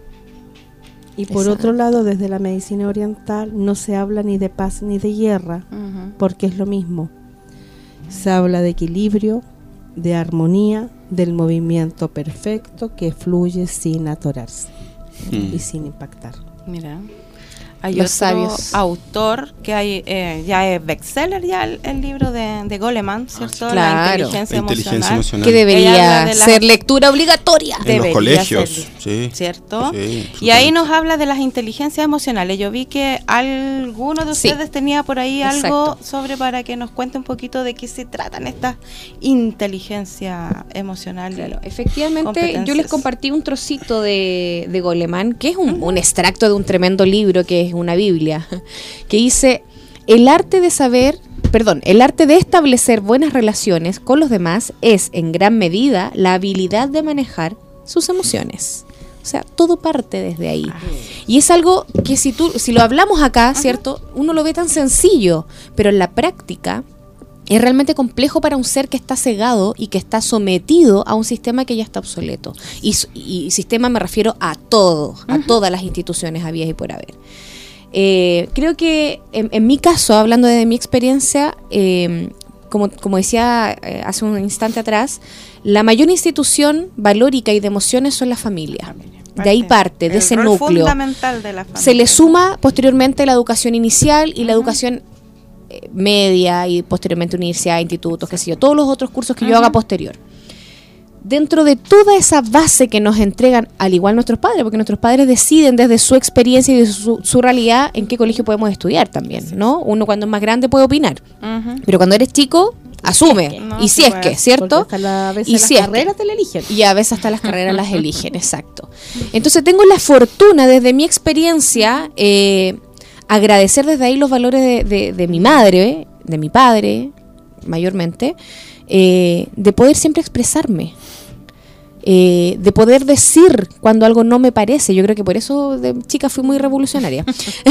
S4: Y por otro lado, desde la medicina oriental no se habla ni de paz ni de guerra, porque es lo mismo. Se habla de equilibrio, de armonía, del movimiento perfecto que fluye sin atorarse y sin impactar.
S3: Mira, hay
S6: Los
S3: otro
S6: sabios.
S3: autor que hay, ya es bestseller ya el libro de Goleman, ¿cierto?
S6: Claro.
S3: La inteligencia emocional.
S6: Que
S3: Ella
S6: debería
S3: habla de la-
S6: ser lectura obligatoria.
S5: En los
S3: Debería
S5: colegios.
S3: serlo,
S5: Sí.
S3: ¿cierto?
S5: Sí,
S3: Y ahí nos habla de las inteligencias emocionales. Yo vi que alguno de
S6: Sí.
S3: ustedes tenía por ahí algo
S6: Exacto.
S3: sobre para que nos cuente un poquito de qué se tratan estas inteligencia emocional.
S6: Claro, efectivamente, yo
S3: competencias.
S6: les compartí un trocito de Goleman, que es un extracto de un tremendo libro que es una Biblia, que dice: el arte de establecer buenas relaciones con los demás es en gran medida la habilidad de manejar sus emociones. O sea, todo parte desde ahí. Y es algo que si lo hablamos acá, ¿cierto? Uno lo ve tan sencillo, pero en la práctica es realmente complejo para un ser que está cegado y que está sometido a un sistema que ya está obsoleto. Y sistema me refiero a todo, a todas las instituciones habidas y por haber. Creo que en mi caso, hablando de mi experiencia, como decía hace un instante atrás, la mayor institución valórica y de emociones son las familias. De ahí parte, de ese
S3: rol
S6: núcleo.
S3: fundamental de la familia.
S6: Se le suma posteriormente la educación inicial y la educación media y posteriormente universidad, institutos, qué sé yo, todos los otros cursos que yo haga posterior. Dentro de toda esa base que nos entregan, al igual nuestros padres, porque nuestros padres deciden desde su experiencia y de su realidad en qué colegio podemos estudiar también, ¿no? Uno cuando es más grande puede opinar, pero cuando eres chico, asume,
S3: No,
S6: y si es que, ¿cierto?
S4: Porque hasta a veces
S6: Y
S4: las
S6: si es que.
S4: carreras te la eligen.
S6: Y a veces hasta las carreras las eligen, exacto. Entonces tengo la fortuna desde mi experiencia, agradecer desde ahí los valores de mi madre, de mi padre, mayormente, de poder siempre expresarme. De poder decir cuando algo no me parece. Yo creo que por eso de chica fui muy revolucionaria.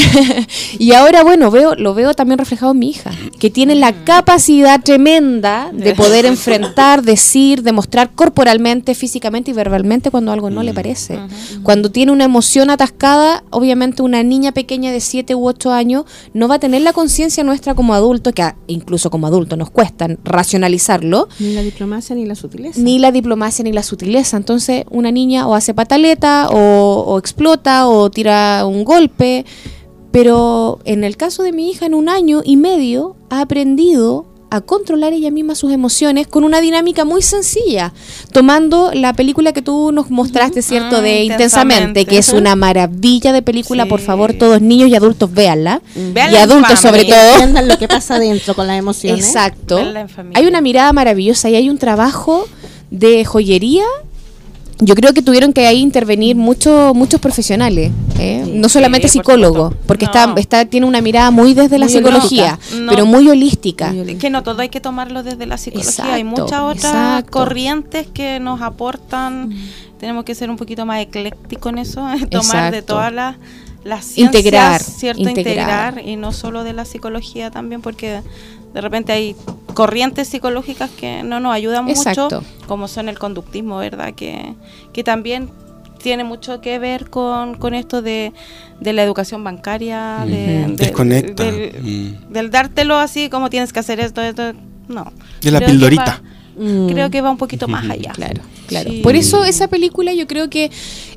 S6: Y ahora, bueno, lo veo también reflejado en mi hija, que tiene la capacidad tremenda de poder enfrentar, decir, demostrar corporalmente, físicamente y verbalmente cuando algo no le parece. Cuando tiene una emoción atascada, obviamente una niña pequeña de 7 u 8 años no va a tener la conciencia nuestra como adultos, que incluso como adultos nos cuesta racionalizarlo.
S4: Ni la diplomacia ni la sutileza.
S6: Ni la diplomacia ni la sutileza. Entonces una niña o hace pataleta o explota o tira un golpe, pero en el caso de mi hija, en 1 año y medio ha aprendido a controlar ella misma sus emociones con una dinámica muy sencilla, tomando la película que tú nos mostraste, ¿cierto? De Intensamente, que es una maravilla de película.
S3: Sí.
S6: Por favor, todos niños y adultos véanla,
S3: Véanla
S6: y
S3: en
S6: adultos sobre
S3: familia.
S6: todo.
S4: Entiendan lo que pasa dentro con las emociones.
S6: Exacto.
S3: Verla en familia.
S6: Hay una mirada maravillosa y hay un trabajo de joyería yo creo que tuvieron que ahí intervenir muchos profesionales, no solamente
S3: por
S6: psicólogos,
S3: supuesto.
S6: porque
S3: No.
S6: tiene una mirada muy desde la
S4: Muy
S6: psicología,
S3: holística.
S6: pero
S3: No.
S6: muy holística.
S3: Es que no todo hay que tomarlo desde la psicología. Hay
S6: Exacto,
S3: muchas otras
S6: exacto.
S3: corrientes que nos aportan. Tenemos que ser un poquito más eclécticos en eso, tomar de
S6: Exacto.
S3: todas las ciencias,
S6: Integrar,
S3: ¿cierto?
S6: integrar.
S3: Integrar, y no solo de la psicología también, porque de repente hay corrientes psicológicas que no nos ayudan
S6: Exacto.
S3: mucho, como son el conductismo, ¿verdad? Que también tiene mucho que ver con esto de la educación bancaria,
S5: Desconecta.
S3: del dártelo así, como tienes que hacer esto, no.
S5: De la
S3: Creo que
S5: pildorita.
S3: Creo que va un poquito más allá.
S6: Claro, claro.
S3: Sí.
S6: Por eso esa película yo creo que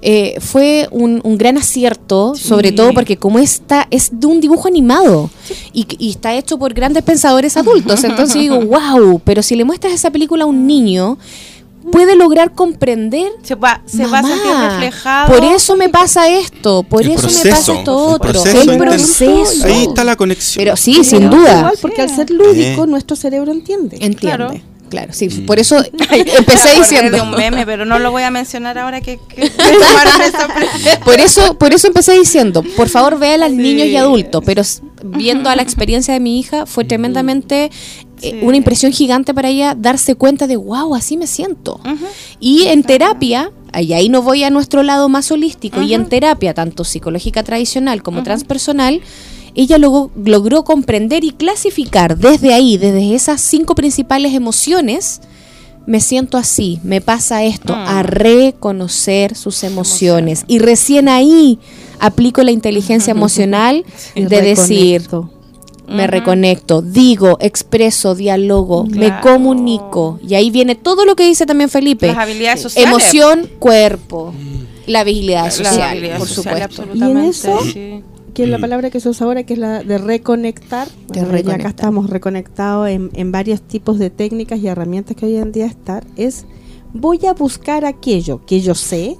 S6: fue un gran acierto, sobre todo porque como es de un dibujo animado y está hecho por grandes pensadores adultos, entonces digo, wow, pero si le muestras esa película a un niño, puede lograr comprender.
S3: Se va a sentir
S6: Mamá,
S3: reflejado.
S6: por eso me pasa esto, por
S5: El
S6: eso me
S5: proceso,
S6: pasa esto
S5: el
S6: otro.
S5: proceso
S6: El
S5: interno.
S6: proceso.
S5: Ahí está la conexión.
S6: Pero sí, sin
S4: Pero
S6: duda.
S4: igual, porque al ser lúdico, nuestro cerebro entiende.
S6: Entiende. Claro, sí.
S5: Mm.
S6: Por eso empecé
S3: Me acordé
S6: diciendo.
S3: de un meme, pero no lo voy a mencionar ahora que tomaron esa
S6: Por eso empecé diciendo, por favor vean a los niños y adultos, pero viendo a la experiencia de mi hija fue tremendamente una impresión gigante para ella darse cuenta de, wow, así me siento. Y en terapia, y ahí no voy a nuestro lado más holístico, y en terapia, tanto psicológica tradicional como transpersonal, ella logró comprender y clasificar desde ahí, desde esas 5 principales emociones. Me siento así, me pasa esto, a reconocer sus emociones. Y recién ahí aplico la inteligencia emocional
S4: Y
S6: de decir,
S4: reconecto.
S6: me reconecto, digo, expreso, dialogo, me
S3: Claro.
S6: comunico. Y ahí viene todo lo que dice también Felipe.
S3: Las habilidades sociales.
S6: Emoción, cuerpo, la habilidad
S3: Las
S6: social,
S3: habilidades
S6: por
S3: sociales,
S6: supuesto.
S3: absolutamente,
S4: Y en eso,
S3: sí.
S4: que es la palabra que se usa ahora, que es la de reconectar.
S6: De
S4: Bueno, ya
S6: reconectar.
S4: acá estamos reconectados en varios tipos de técnicas y herramientas que hoy en día es voy a buscar aquello que yo sé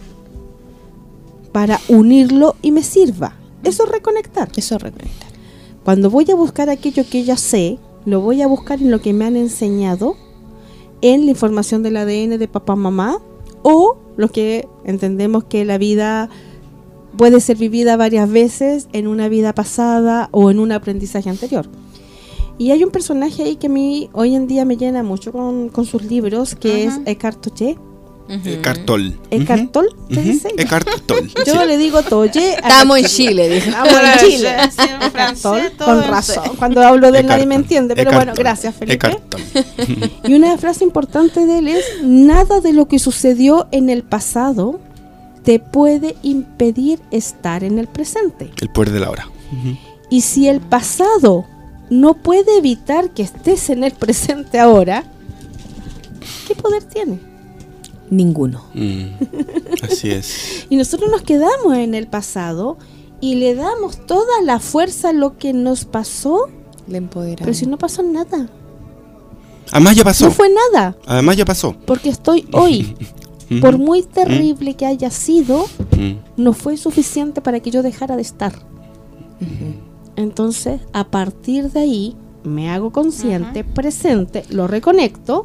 S4: para unirlo y me sirva. Eso es reconectar.
S6: Eso es reconectar.
S4: Cuando voy a buscar aquello que ya sé, lo voy a buscar en lo que me han enseñado, en la información del ADN de papá, mamá, o lo que entendemos que la vida puede ser vivida varias veces en una vida pasada o en un aprendizaje anterior. Y hay un personaje ahí que a mí hoy en día me llena mucho con sus libros, que es Eckhart Tolle.
S5: Cartol.
S4: Eckhart Tolle, ¿se dice?
S5: Eckhart Tolle.
S4: Yo le digo Tolle.
S6: Estamos en Chile, dijo.
S4: Estamos en Chile.
S3: Sí, en francés,
S4: Tolle,
S3: todo
S4: con
S3: en
S4: razón.
S3: francés.
S4: Cuando hablo de él nadie
S5: Eckhart
S4: me entiende, pero
S5: Eckhart
S4: bueno,
S5: Tolle.
S4: gracias Felipe.
S5: Eckhart Tolle.
S4: Y una frase importante de él es: nada de lo que sucedió en el pasado te puede impedir estar en el presente.
S5: El poder de la hora.
S4: Y si el pasado no puede evitar que estés en el presente ahora, ¿qué poder tiene?
S6: Ninguno.
S5: Así es.
S4: Y nosotros nos quedamos en el pasado y le damos toda la fuerza a lo que nos pasó,
S6: Le empoderamos.
S4: pero si no pasó nada,
S5: Además ya pasó.
S4: no fue nada,
S5: Además ya pasó.
S4: porque estoy hoy. Por muy terrible que haya sido, no fue suficiente para que yo dejara de estar. Entonces, a partir de ahí, me hago consciente, presente, lo reconecto,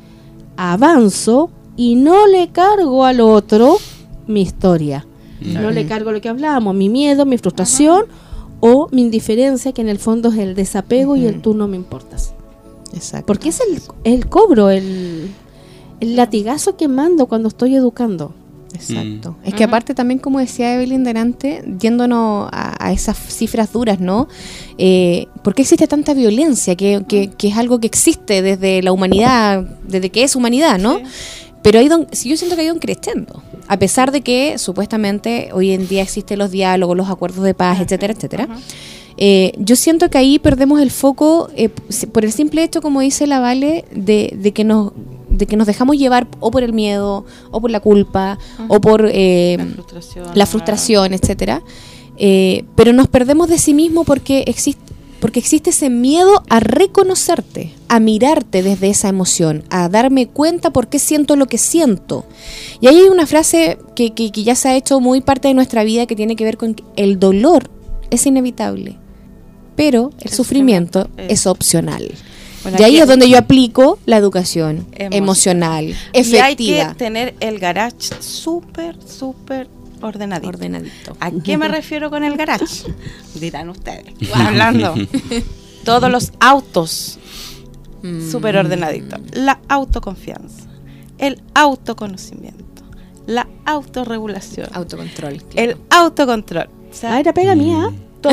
S4: avanzo y no le cargo al otro mi historia. No le cargo lo que hablábamos, mi miedo, mi frustración o mi indiferencia, que en el fondo es el desapego y el tú no me importas.
S6: Exacto.
S4: Porque es el cobro, el latigazo que mando cuando estoy educando.
S6: Exacto. Es que aparte también, como decía Evelyn delante, yéndonos a esas cifras duras, ¿no? ¿Por qué existe tanta violencia? Que es algo que existe desde la humanidad, desde que es humanidad, ¿no?
S3: Sí.
S6: Pero yo siento que ha ido creciendo. A pesar de que supuestamente hoy en día existen los diálogos, los acuerdos de paz, etcétera, etcétera. Yo siento que ahí perdemos el foco por el simple hecho, como dice la Vale, de que nos dejamos llevar o por el miedo, o por la culpa, o por la frustración, etcétera. Pero nos perdemos de sí mismo porque existe ese miedo a reconocerte, a mirarte desde esa emoción, a darme cuenta por qué siento lo que siento. Y ahí hay una frase que ya se ha hecho muy parte de nuestra vida, que tiene que ver con que el dolor es inevitable, pero el sufrimiento es opcional.
S3: Bueno,
S6: Y ahí
S3: aquí-
S6: es donde yo aplico la educación emocional,
S3: Y hay
S6: efectiva.
S3: que tener el garage súper ordenadito.
S6: Ordenadito.
S3: ¿A qué me refiero con el garage? Dirán ustedes. Hablando. Todos los autos súper ordenaditos. La autoconfianza, el autoconocimiento, la autorregulación,
S6: Autocontrol.
S3: el autocontrol. O sea,
S4: Era pega mía.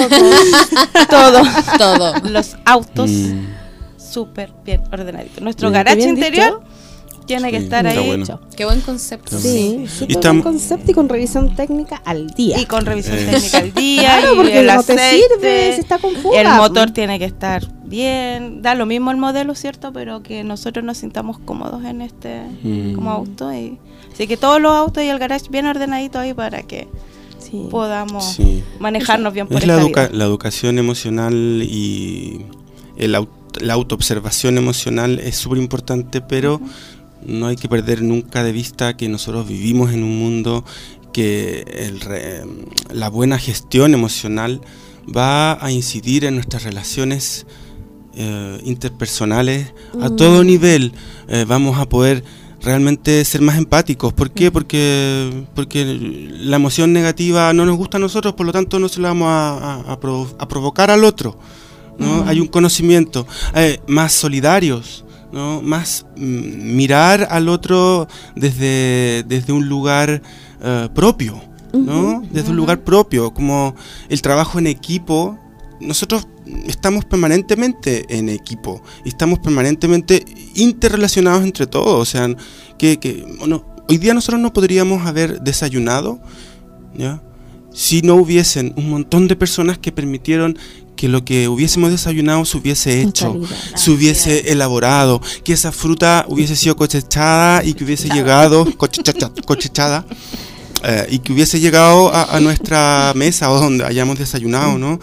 S3: todos los autos súper bien ordenaditos. Nuestro
S5: Sí.
S3: garage
S4: Bien
S3: interior tiene que
S5: Sí,
S3: estar
S5: está
S3: ahí
S5: bueno.
S3: hecho.
S6: Qué buen concepto.
S4: Sí,
S5: Y
S4: súper
S5: estamos-
S4: buen concepto y con revisión técnica al día.
S3: Y con revisión técnica al día.
S4: Claro,
S3: y
S4: porque
S3: el
S4: no te
S3: aceite,
S4: sirve si está con fuga.
S3: el motor tiene que estar bien. Da lo mismo el modelo, ¿cierto? Pero que nosotros nos sintamos cómodos en este como auto. Así que todos los autos y el garage bien ordenaditos ahí para que
S4: Sí.
S3: podamos
S5: Sí.
S3: manejarnos bien por
S5: Es la,
S3: esta vida.
S5: la educación emocional y la autoobservación emocional es súper importante, pero no hay que perder nunca de vista que nosotros vivimos en un mundo que la buena gestión emocional va a incidir en nuestras relaciones interpersonales a todo nivel. Vamos a poder realmente ser más empáticos. ¿Por qué? Porque la emoción negativa no nos gusta a nosotros, por lo tanto no se la vamos a provocar al otro, ¿no? Hay un conocimiento, más solidarios, ¿no? Más mirar al otro desde un lugar propio, ¿no? Desde un lugar propio, como el trabajo en equipo. Nosotros estamos permanentemente en equipo y estamos permanentemente interrelacionados entre todos. O sea, bueno, hoy día nosotros no podríamos haber desayunado, ¿ya?, si no hubiesen un montón de personas que permitieron que lo que hubiésemos desayunado se hubiese hecho, se hubiese elaborado, que esa fruta hubiese sido cosechada y que hubiese llegado cosechada. Y que hubiese llegado a nuestra mesa o donde hayamos desayunado, ¿no?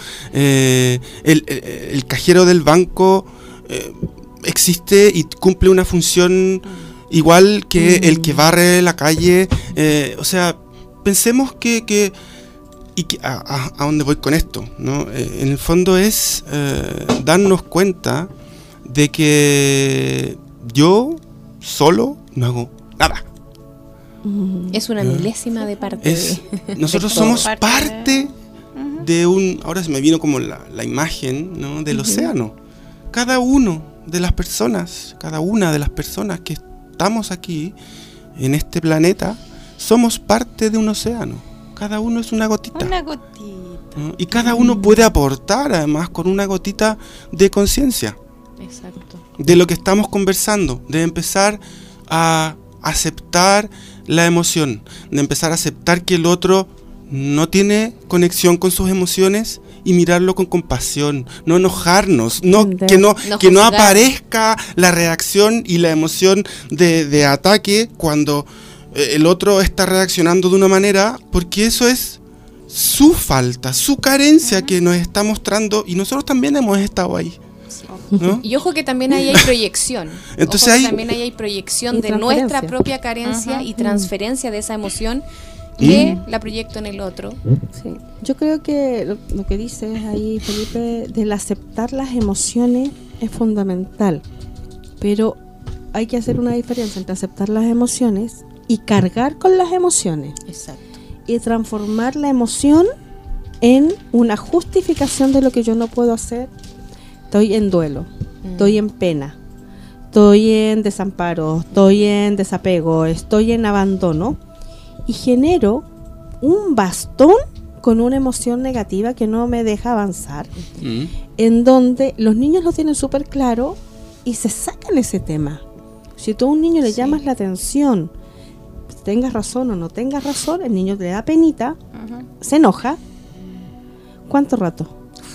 S5: El cajero del banco existe y cumple una función igual que el que barre la calle. O sea, pensemos que a dónde voy con esto, ¿no? En el fondo es darnos cuenta de que yo solo no hago nada.
S6: Es una milésima de parte.
S5: Nosotros
S6: de todo.
S5: somos parte de un... Ahora se me vino como la imagen, ¿no?, del océano. Cada una de las personas que estamos aquí en este planeta somos parte de un océano. Cada uno es una gotita.
S3: Una gotita.
S5: ¿no? Y cada uno puede aportar además con una gotita de conciencia
S6: Exacto.
S5: de lo que estamos conversando, de empezar a aceptar la emoción, de empezar a aceptar que el otro no tiene conexión con sus emociones y mirarlo con compasión, no enojarnos, que no
S6: juzgar.
S5: aparezca la reacción y la emoción de ataque cuando el otro está reaccionando de una manera, porque eso es su falta, su carencia que nos está mostrando y nosotros también hemos estado ahí. ¿No?
S6: Y ojo que también ahí hay proyección.
S5: Entonces
S6: Ojo que
S5: hay-
S6: también ahí hay proyección
S4: Y
S6: de nuestra
S4: transferencia.
S6: propia carencia y transferencia de esa emoción que la proyecto en el otro.
S4: Sí. Yo creo que lo que dices ahí, Felipe, del aceptar las emociones es fundamental, pero hay que hacer una diferencia entre aceptar las emociones y cargar con las emociones
S6: Exacto.
S4: y transformar la emoción en una justificación de lo que yo no puedo hacer. Estoy en duelo, estoy en pena, estoy en desamparo, estoy en desapego, estoy en abandono y genero un bastón con una emoción negativa que no me deja avanzar, en donde los niños lo tienen súper claro y se sacan ese tema. Si tú a un niño le llamas la atención, tengas razón o no tengas razón, el niño le da penita, se enoja. ¿Cuánto rato?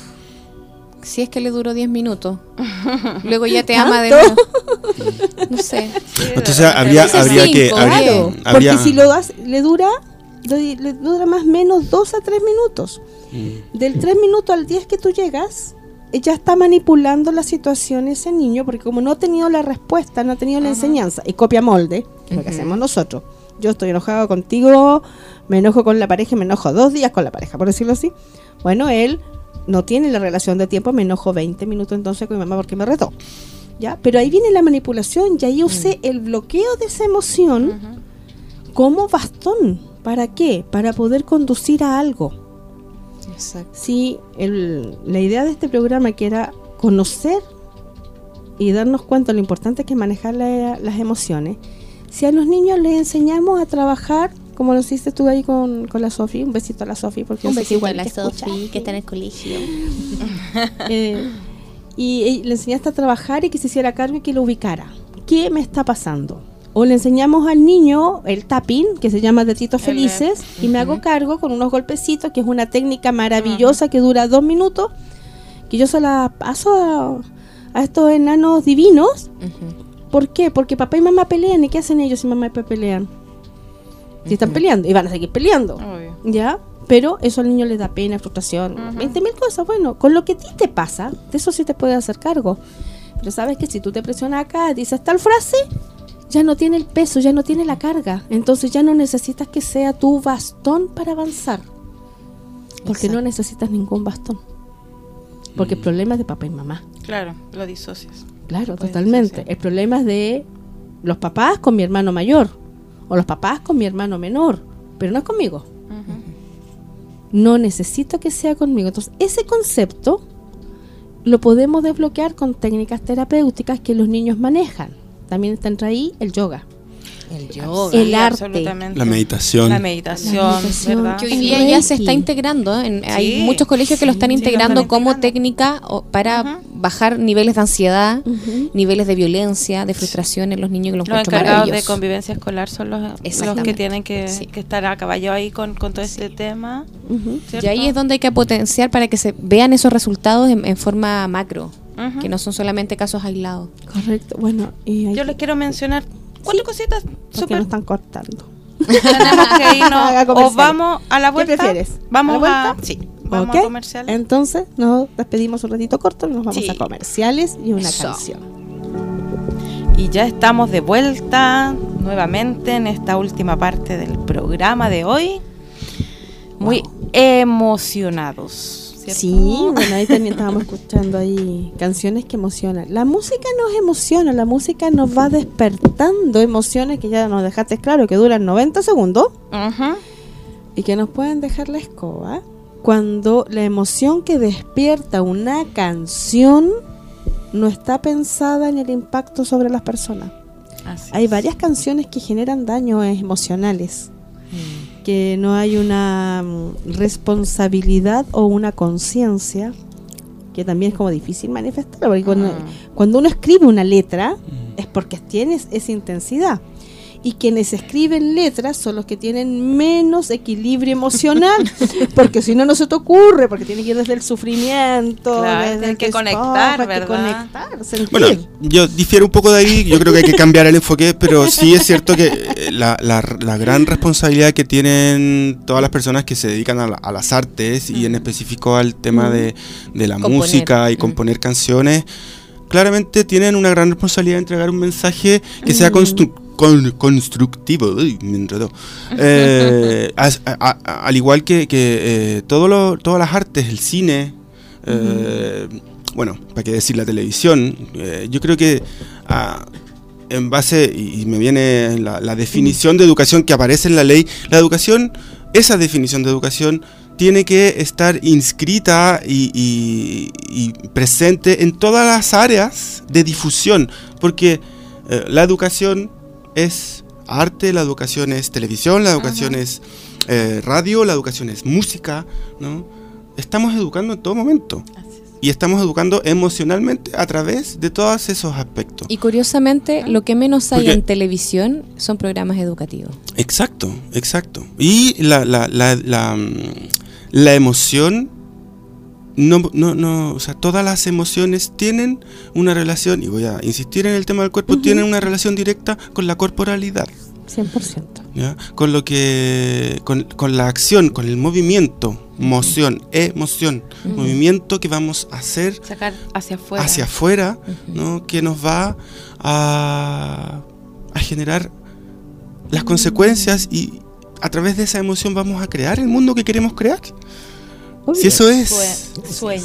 S6: Si es que le duró 10 minutos. Luego ya te ama de nuevo. No sé.
S5: Entonces habría que...
S6: cinco,
S5: habría-
S4: Claro,
S5: habría-
S4: porque si lo das, le dura más o menos 2 a 3 minutos. Del 3 minutos al 10 que tú llegas, ya está manipulando la situación ese niño, porque como no ha tenido la respuesta, no ha tenido la enseñanza, y copia molde, que es lo que hacemos nosotros. Yo estoy enojado contigo, me enojo con la pareja y me enojo 2 días con la pareja, por decirlo así. Bueno, él no tiene la relación de tiempo, me enojo 20 minutos entonces con mi mamá porque me retó. ¿ya? Pero ahí viene la manipulación y ahí usé el bloqueo de esa emoción como bastón. ¿Para qué? Para poder conducir a algo.
S6: Exacto.
S4: Sí, la idea de este programa, que era conocer y darnos cuenta de lo importante que es manejar las emociones. Si a los niños les enseñamos a trabajar, como lo hiciste tú ahí con la Sofi, un besito a la Sofi, porque
S6: Un
S4: yo sé que
S6: besito a
S4: igual
S6: la
S4: te escucha.
S6: Sofi, que está en el colegio.
S4: Y le enseñaste a trabajar y que se hiciera cargo y que lo ubicara. ¿Qué me está pasando? O le enseñamos al niño el tapping, que se llama Deditos Felices, y me hago cargo con unos golpecitos, que es una técnica maravillosa que dura 2 minutos, que yo se la paso a estos enanos divinos. ¿Por qué? Porque papá y mamá pelean. ¿Y qué hacen ellos si mamá y papá pelean? Si están peleando, y van a seguir peleando.
S3: Obvio.
S4: ¿Ya? Pero eso al niño le da pena, frustración, 20.000 cosas. Bueno, con lo que a ti te pasa, de eso sí te puedes hacer cargo. Pero sabes que si tú te presionas acá, dices tal frase, ya no tiene el peso, ya no tiene la carga. Entonces ya no necesitas que sea tu bastón para avanzar. Porque no necesitas ningún bastón. Porque el problema es de papá y mamá.
S3: Claro, lo disocias.
S4: Claro,
S3: Puede
S4: totalmente.
S3: ser, sí.
S4: El problema es de los papás con mi hermano mayor o los papás con mi hermano menor, pero no es conmigo. No necesito que sea conmigo. Entonces, ese concepto lo podemos desbloquear con técnicas terapéuticas que los niños manejan. También está entre ahí el yoga.
S6: El yoga.
S4: El arte.
S3: Absolutamente.
S5: La meditación.
S3: La meditación,
S4: La meditación.
S3: ¿verdad?
S6: Que hoy
S4: El
S6: día ya se
S4: Reiki.
S6: está integrando. Hay
S3: Sí,
S6: muchos colegios que lo están
S3: sí, lo
S6: integrando
S3: están
S6: como
S3: integrando.
S6: técnica para bajar niveles de ansiedad,
S4: Ujú.
S6: niveles de violencia, de frustración en los niños, que lo
S3: Los
S6: encuentro
S3: encargados de
S6: maravilloso.
S3: convivencia escolar son los que
S6: Exactamente.
S3: tienen que
S6: Sí.
S3: estar a caballo ahí con todo este tema.
S4: Ujú.
S3: ¿cierto?
S6: Y ahí es donde hay que potenciar para que se vean esos resultados en forma macro,
S3: Ujú.
S6: que no son solamente casos aislados.
S4: Correcto. Bueno, y ahí,
S3: Yo les quiero mencionar 4 cositas
S4: porque
S3: súper.
S4: nos están cortando.
S3: Tenemos que
S4: Haga
S3: irnos. O
S4: comerciales.
S3: vamos a la
S4: ¿Qué
S3: vuelta.
S4: prefieres?
S3: Vamos
S4: ¿A la vuelta?
S3: Sí, vamos
S4: ¿Ok?
S3: a comerciales.
S4: Entonces nos despedimos un ratito corto y nos vamos
S3: Sí.
S4: a comerciales y una
S6: Eso.
S4: canción.
S3: Y ya estamos de vuelta nuevamente en esta última parte del programa de hoy. Muy emocionados. ¿cierto?
S4: Sí, bueno, ahí también estábamos escuchando ahí canciones que emocionan. La música nos emociona, la música nos va despertando emociones que ya nos dejaste claro que duran 90 segundos
S3: Ujú.
S4: y que nos pueden dejar la escoba. Cuando la emoción que despierta una canción no está pensada en el impacto sobre las personas.
S3: Así
S4: Hay
S3: es.
S4: varias canciones que generan daños emocionales, que no hay una responsabilidad o una conciencia, que también es como difícil manifestar, porque cuando uno escribe una letra es porque tienes esa intensidad. Y quienes escriben letras son los que tienen menos equilibrio emocional, porque si no, no se te ocurre, porque tiene que ir desde el sufrimiento,
S3: Claro,
S4: desde
S3: tiene
S4: el
S3: que
S4: despojo,
S3: conectar,
S4: hay que
S3: ¿verdad?
S4: conectar, sentir.
S5: Bueno, yo difiero un poco de ahí, yo creo que hay que cambiar el enfoque, pero sí es cierto que la gran responsabilidad que tienen todas las personas que se dedican a las artes y en específico al tema de la
S6: Componer.
S5: música y componer canciones, claramente tienen una gran responsabilidad de entregar un mensaje que sea constructivo. Uy, me enredó. Al igual que todas las artes, el cine, bueno, para qué decir la televisión, yo creo que en base, y me viene la definición de educación que aparece en la ley, la educación, esa definición de educación tiene que estar inscrita y presente en todas las áreas de difusión, porque la educación es arte, la educación es televisión, la educación es radio, la educación es música, ¿no? Estamos educando en todo momento. Y estamos educando emocionalmente a través de todos esos aspectos.
S6: Y curiosamente, lo que menos hay
S5: Porque-
S6: en televisión son programas educativos.
S5: Exacto, exacto. Y la emoción, o sea, todas las emociones tienen una relación, y voy a insistir en el tema del cuerpo, tienen una relación directa con la corporalidad.
S4: 100%.
S5: ¿Ya? Con lo que con la acción, con el movimiento, emoción, movimiento que vamos a hacer
S3: Sacar hacia
S5: afuera, ¿no? Que nos va a generar las consecuencias, y a través de esa emoción vamos a crear el mundo que queremos crear.
S4: Obvio.
S5: Si eso es,
S3: Sueña.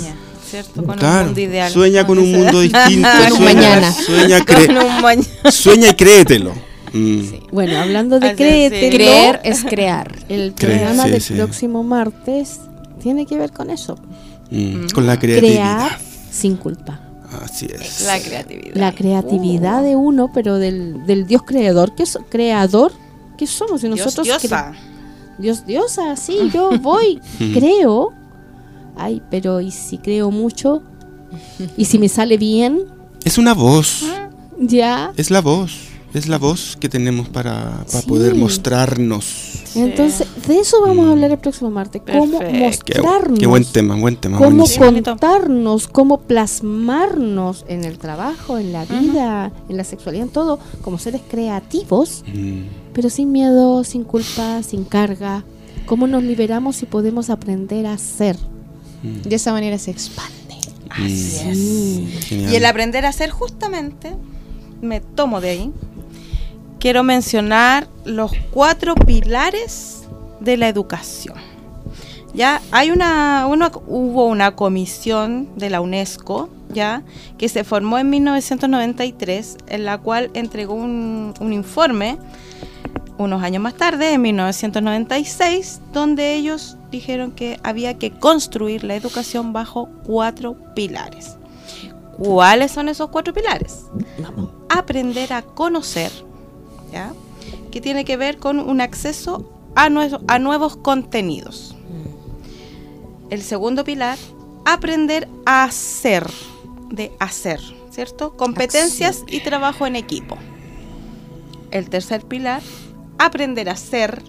S3: ¿cierto? Con un
S5: Claro,
S3: mundo ideal.
S5: sueña con un mundo distinto.
S6: Con un mañana.
S5: Sueña y créetelo.
S4: Bueno, hablando de
S3: Así,
S4: créetelo,
S6: Creer es crear.
S4: el
S5: Creer,
S4: programa
S5: sí,
S4: del
S5: sí.
S4: próximo martes tiene que ver con eso.
S5: Con la creatividad.
S4: Crear sin culpa.
S5: Así es.
S3: La creatividad.
S4: La creatividad de uno, pero del Dios creador, creador, que somos. Y nosotros
S3: Diosa.
S4: Diosa, sí, yo voy, creo. Ay, pero ¿y si creo mucho? ¿Y si me sale bien?
S5: Es una voz.
S4: Ya.
S5: Es la voz. Es la voz que tenemos para
S4: Sí.
S5: poder mostrarnos.
S4: Entonces, de eso vamos a hablar el próximo martes. Cómo
S3: Perfecto.
S5: Qué buen
S4: mostrarnos.
S5: tema,
S4: Cómo
S5: buenísimo.
S4: contarnos, cómo plasmarnos en el trabajo, en la vida, en la sexualidad, en todo, como seres creativos, pero sin miedo, sin culpa, sin carga. Cómo nos liberamos y podemos aprender a ser.
S6: De esa manera se expande.
S3: Así es.
S5: Genial.
S3: Y el aprender a hacer, justamente, me tomo de ahí, quiero mencionar los 4 pilares de la educación. Ya hubo una comisión de la UNESCO, ya, que se formó en 1993, en la cual entregó un informe unos años más tarde, en 1996, donde ellos dijeron que había que construir la educación bajo 4 pilares. ¿Cuáles son esos 4 pilares? Aprender a conocer, ¿ya? Que tiene que ver con un acceso a nuevos contenidos. El segundo pilar, aprender a hacer, de hacer, ¿cierto? Competencias y trabajo en equipo. El tercer pilar, aprender a ser,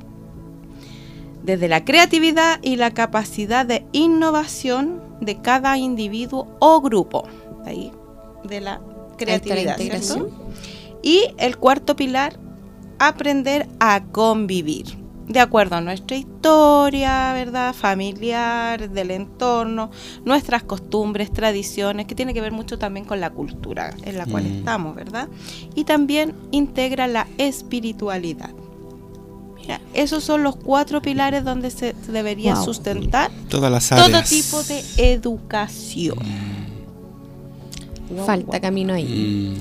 S3: desde la creatividad y la capacidad de innovación de cada individuo o grupo. Ahí, de la creatividad,
S6: Ahí está la
S3: ¿cierto?
S6: integración.
S3: Y el cuarto pilar, aprender a convivir, de acuerdo a nuestra historia, ¿verdad? Familiar, del entorno, nuestras costumbres, tradiciones, que tiene que ver mucho también con la cultura en la cual estamos, ¿verdad? Y también integra la espiritualidad. Mira, esos son los 4 pilares donde se debería sustentar
S5: Todas las
S3: todo
S5: áreas.
S3: tipo de educación.
S6: Falta camino ahí.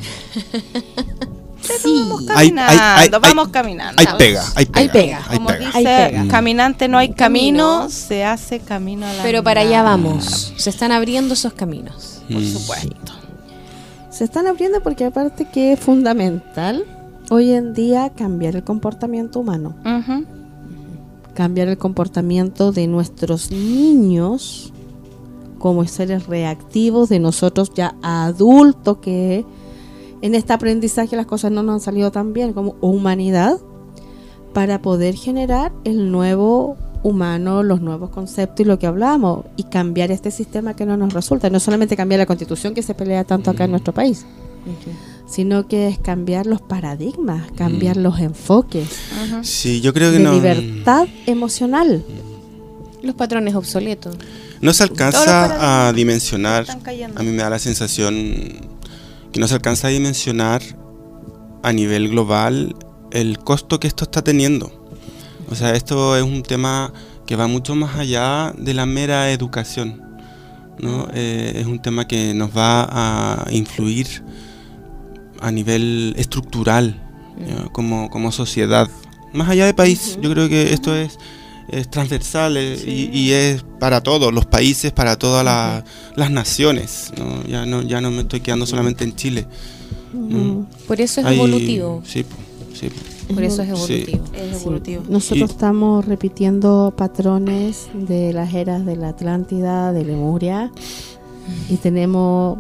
S3: Vamos
S5: Hay-
S3: caminando, vamos caminando.
S5: Hay pega.
S3: Como
S4: Ahí
S3: dice,
S4: pega.
S3: caminante no hay camino,
S6: Camino.
S3: se hace camino a la
S6: Pero para allá
S3: andada.
S6: vamos. Se están abriendo esos caminos.
S3: Por supuesto.
S4: Se están abriendo porque aparte que es fundamental hoy en día cambiar el comportamiento humano.
S3: Ujú.
S4: Cambiar el comportamiento de nuestros niños como seres reactivos, de nosotros ya adultos que en este aprendizaje las cosas no nos han salido tan bien como humanidad, para poder generar el nuevo humano, los nuevos conceptos y lo que hablamos, y cambiar este sistema que no nos resulta. No solamente cambiar la constitución que se pelea tanto acá en nuestro país, sino que es cambiar los paradigmas, cambiar los enfoques
S5: Sí, yo creo que
S4: de
S5: no.
S4: libertad emocional.
S6: Los patrones obsoletos.
S5: No se
S3: Todos los
S5: alcanza a
S3: paradigmas
S5: dimensionar.
S3: están cayendo.
S5: A mí me da la sensación que no se alcanza a dimensionar a nivel global el costo que esto está teniendo. O sea, esto es un tema que va mucho más allá de la mera educación, ¿no? Es un tema que nos va a influir a nivel estructural, ¿ya? Como sociedad, más allá de país. Yo creo que esto es transversal y es para todos los países, para todas las naciones, ¿no? Ya no me estoy quedando solamente en Chile.
S6: Por eso es
S5: Hay-
S6: evolutivo.
S5: Sí, sí.
S6: Por eso es
S5: Sí.
S6: evolutivo.
S3: Es evolutivo.
S4: Nosotros
S5: Y-
S4: estamos repitiendo patrones de las eras de la Atlántida, de Lemuria, y tenemos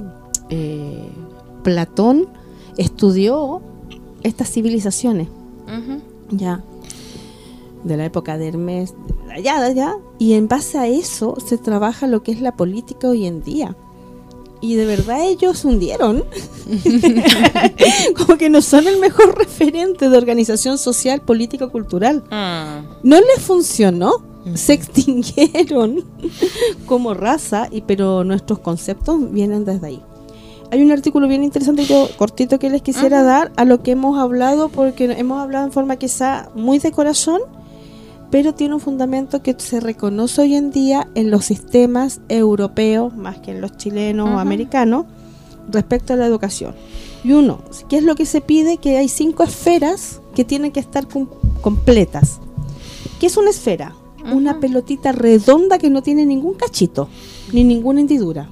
S4: Platón estudió estas civilizaciones,
S3: Ujú.
S4: ya, de la época de Hermes, ya, y en base a eso se trabaja lo que es la política hoy en día. Y de verdad ellos se hundieron. Como que no son el mejor referente de organización social, política, cultural. No les funcionó. Se extinguieron como raza, pero nuestros conceptos vienen desde ahí. Hay un artículo bien interesante, yo cortito, que les quisiera dar a lo que hemos hablado, porque hemos hablado en forma quizá muy de corazón, pero tiene un fundamento que se reconoce hoy en día en los sistemas europeos, más que en los chilenos o americanos, respecto a la educación. Y uno, ¿qué es lo que se pide? Que hay 5 esferas que tienen que estar completas. ¿Qué es una esfera? Una pelotita redonda que no tiene ningún cachito, ni ninguna hendidura.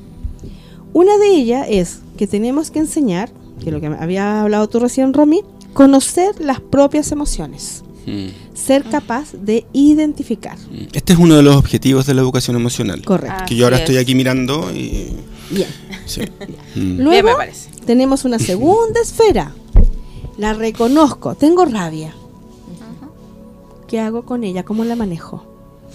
S4: Una de ellas es que tenemos que enseñar, que lo que había hablado tú recién, Romy, conocer las propias emociones. Ser capaz de identificar.
S5: Este es uno de los objetivos de la educación emocional.
S4: Correcto.
S5: Que yo ahora estoy aquí mirando y...
S4: Bien.
S5: Sí.
S4: Luego
S3: Bien, me parece.
S4: tenemos una segunda esfera. La reconozco. Tengo rabia. ¿Qué hago con ella? ¿Cómo la manejo?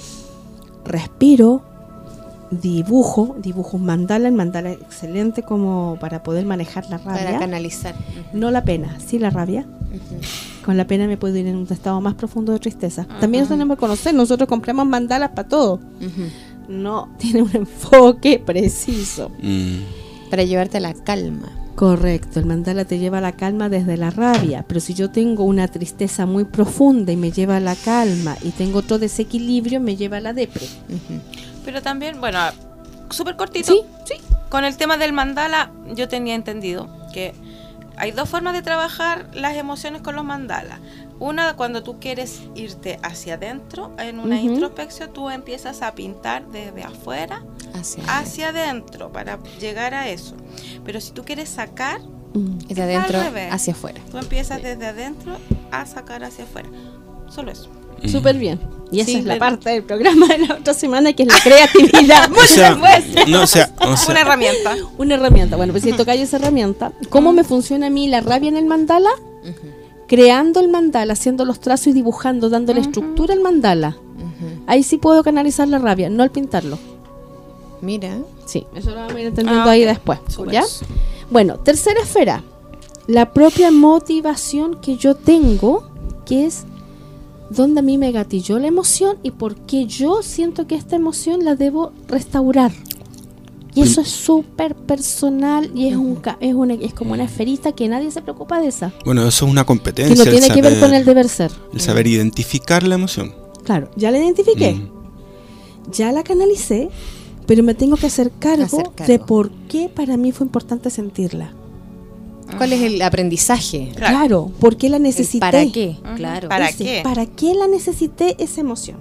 S4: Respiro. Dibujo un mandala. El mandala es excelente como para poder manejar la rabia.
S6: Para canalizar.
S4: No la pena, sí la rabia. Con la pena me puedo ir en un estado más profundo de tristeza. También nos tenemos que conocer. Nosotros compramos mandalas para todo. No, tiene un enfoque preciso.
S6: Para llevarte a la calma.
S4: Correcto, el mandala te lleva a la calma desde la rabia, pero si yo tengo una tristeza muy profunda y me lleva a la calma y tengo otro desequilibrio, me lleva a la depre.
S3: Pero también, bueno, súper cortito.
S4: Sí.
S3: Con el tema del mandala, yo tenía entendido que hay 2 formas de trabajar las emociones con los mandalas. Una, cuando tú quieres irte hacia adentro, en una introspección, tú empiezas a pintar desde afuera hacia adentro para llegar a eso. Pero si tú quieres sacar,
S6: Es de adentro
S3: al revés.
S6: hacia afuera.
S3: Tú empiezas desde adentro a sacar hacia afuera. Solo eso.
S4: Súper bien. Y esa
S6: Sí,
S4: es la
S6: pero-
S4: parte del programa de la otra semana, que es la creatividad.
S5: O sea, no,
S3: Una herramienta.
S4: Una herramienta. Bueno, pues si tocáis esa herramienta, ¿cómo me funciona a mí la rabia en el mandala? Creando el mandala, haciendo los trazos y dibujando, dándole estructura al mandala. Ahí sí puedo canalizar la rabia, no al pintarlo.
S6: Mira.
S4: Sí, eso lo vamos a ir entendiendo ahí después.
S3: Súper.
S4: ¿Ya? Bueno, tercera esfera. La propia motivación que yo tengo, que es donde a mí me gatilló la emoción y por qué yo siento que esta emoción la debo restaurar. Y eso es súper personal y es como una esferita que nadie se preocupa de esa.
S5: Bueno, eso es una competencia.
S4: Que no tiene
S5: el
S4: que ver
S5: saber-
S4: con el deber ser.
S5: El saber identificar la emoción.
S4: Claro, ya la identifiqué, ya la canalicé, pero me tengo que hacer cargo de por qué para mí fue importante sentirla.
S6: ¿Cuál es el aprendizaje?
S4: Claro, ¿por qué la necesité?
S6: ¿Para qué? Claro.
S3: ¿Para
S4: Ese,
S3: qué?
S4: ¿Para qué la necesité esa emoción?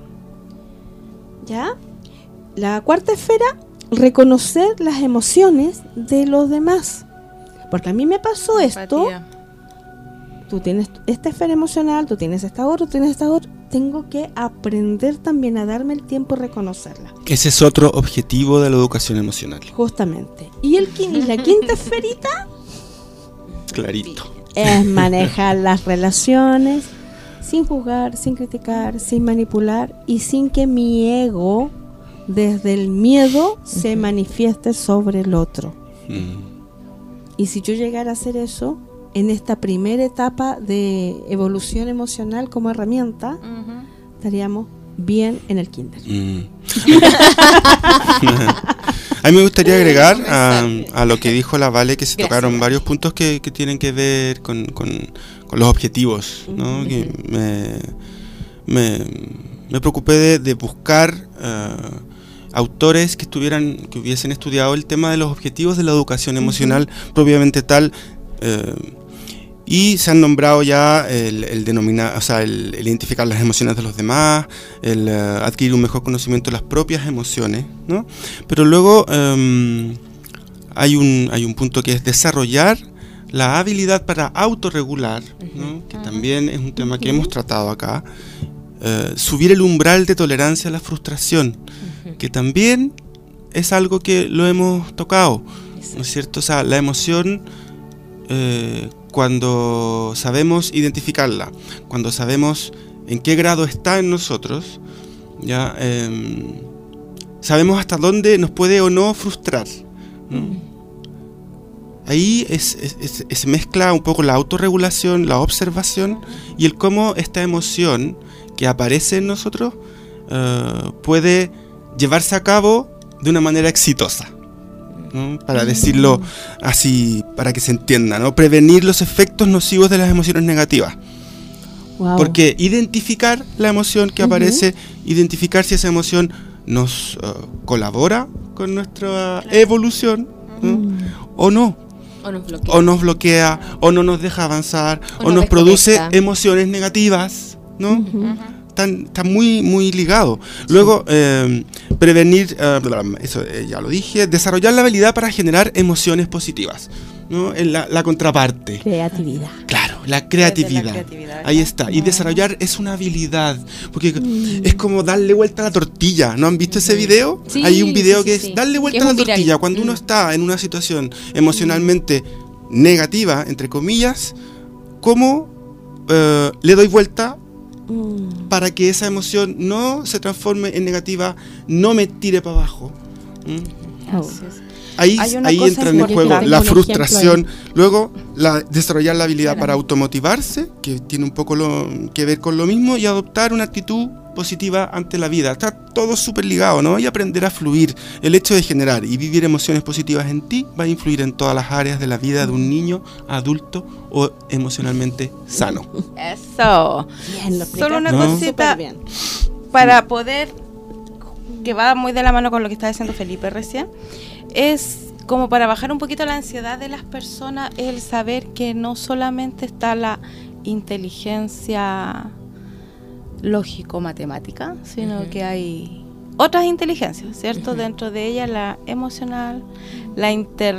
S4: ¿Ya? La cuarta esfera, reconocer las emociones de los demás. Porque a mí me pasó esto.
S3: Empatía.
S4: Tú tienes esta esfera emocional, tú tienes esta otra, tú tienes esta otra. Tengo que aprender también a darme el tiempo y reconocerla.
S5: Ese es otro objetivo de la educación emocional.
S4: Justamente. Y la quinta esferita
S5: Clarito.
S4: es manejar las relaciones sin juzgar, sin criticar, sin manipular y sin que mi ego, desde el miedo, se manifieste sobre el otro. Y si yo llegara a hacer eso, en esta primera etapa de evolución emocional como herramienta, estaríamos bien en el kinder.
S5: A mí me gustaría agregar a lo que dijo la Vale, que se tocaron varios puntos que tienen que ver con los objetivos, ¿no? Que me preocupé de buscar autores que hubiesen estudiado el tema de los objetivos de la educación emocional propiamente tal, y se han nombrado ya el denominar, o sea, el identificar las emociones de los demás, el adquirir un mejor conocimiento de las propias emociones, ¿no? Pero luego hay un punto que es desarrollar la habilidad para autorregular, ¿no? Que también es un tema que hemos tratado acá. Subir el umbral de tolerancia a la frustración, que también es algo que lo hemos tocado, ¿no es cierto? O sea, la emoción, cuando sabemos identificarla, cuando sabemos en qué grado está en nosotros, ya sabemos hasta dónde nos puede o no frustrar, ¿no? Ahí se mezcla un poco la autorregulación, la observación y el cómo esta emoción que aparece en nosotros puede llevarse a cabo de una manera exitosa, ¿no? Para decirlo así, para que se entienda, ¿no? Prevenir los efectos nocivos de las emociones negativas.
S4: Wow.
S5: Porque identificar la emoción que aparece, identificar si esa emoción nos colabora con nuestra evolución, ¿no? O no. O nos bloquea, o no nos deja avanzar, o nos produce emociones negativas, ¿no? Está muy, muy ligado. Luego, prevenir, eso ya lo dije, desarrollar la habilidad para generar emociones positivas, ¿no? En la contraparte.
S4: Creatividad.
S5: Claro, la creatividad. Ahí está. Y desarrollar es una habilidad, porque es como darle vuelta a la tortilla. ¿No han visto ese video?
S6: Sí,
S5: hay un video que
S6: sí.
S5: es darle vuelta
S6: Que es
S5: a la
S6: un viral.
S5: tortilla. Cuando uno está en una situación emocionalmente negativa, entre comillas, ¿cómo le doy vuelta para que esa emoción no se transforme en negativa, no me tire para abajo? Ahí entra en el juego la frustración. Luego, desarrollar la habilidad para automotivarse, que tiene un poco que ver con lo mismo, y adoptar una actitud positiva ante la vida. Está todo súper ligado, ¿no? Y aprender a fluir. El hecho de generar y vivir emociones positivas en ti va a influir en todas las áreas de la vida de un niño, adulto o emocionalmente sano.
S3: Eso.
S4: Bien, lo
S3: Solo una
S4: explicaste
S3: cosita
S4: súper bien.
S3: para poder, que va muy de la mano con lo que estaba diciendo Felipe recién, es como para bajar un poquito la ansiedad de las personas, el saber que no solamente está la inteligencia lógico-matemática, sino que hay otras inteligencias, ¿cierto? Dentro de ella la emocional, la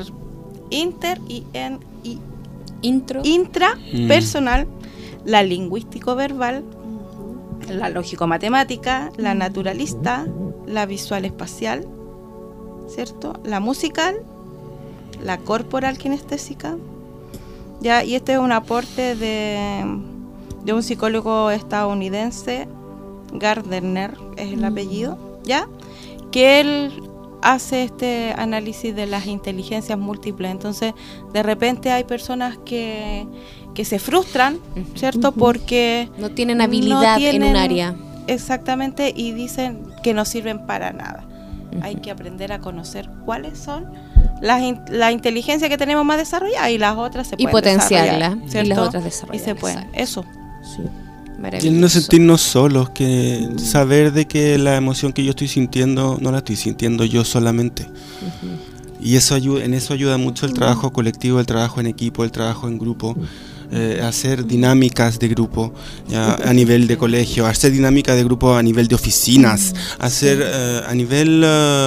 S3: intrapersonal, la lingüístico-verbal, la lógico-matemática, la naturalista, la visual-espacial, ¿cierto? La musical, la corporal kinestésica, ¿ya? Y este es un aporte de un psicólogo estadounidense, Gardner es el apellido, ¿ya? Que él hace este análisis de las inteligencias múltiples. Entonces, de repente hay personas que se frustran, ¿cierto? Porque
S6: no tienen habilidad en un área.
S3: Exactamente, y dicen que no sirven para nada. Hay que aprender a conocer cuáles son la inteligencia que tenemos más desarrollada y las otras se pueden
S6: potenciarla,
S3: desarrollar,
S6: y las otras desarrollar.
S3: Y se pueden,
S6: exacto.
S3: eso.
S4: Sí.
S5: Y el no sentirnos solos, que saber de que la emoción que yo estoy sintiendo no la estoy sintiendo yo solamente. Y eso en eso ayuda mucho el trabajo colectivo, el trabajo en equipo, el trabajo en grupo. Hacer dinámicas de grupo ya, a nivel de colegio, hacer dinámicas de grupo a nivel de oficinas, hacer a nivel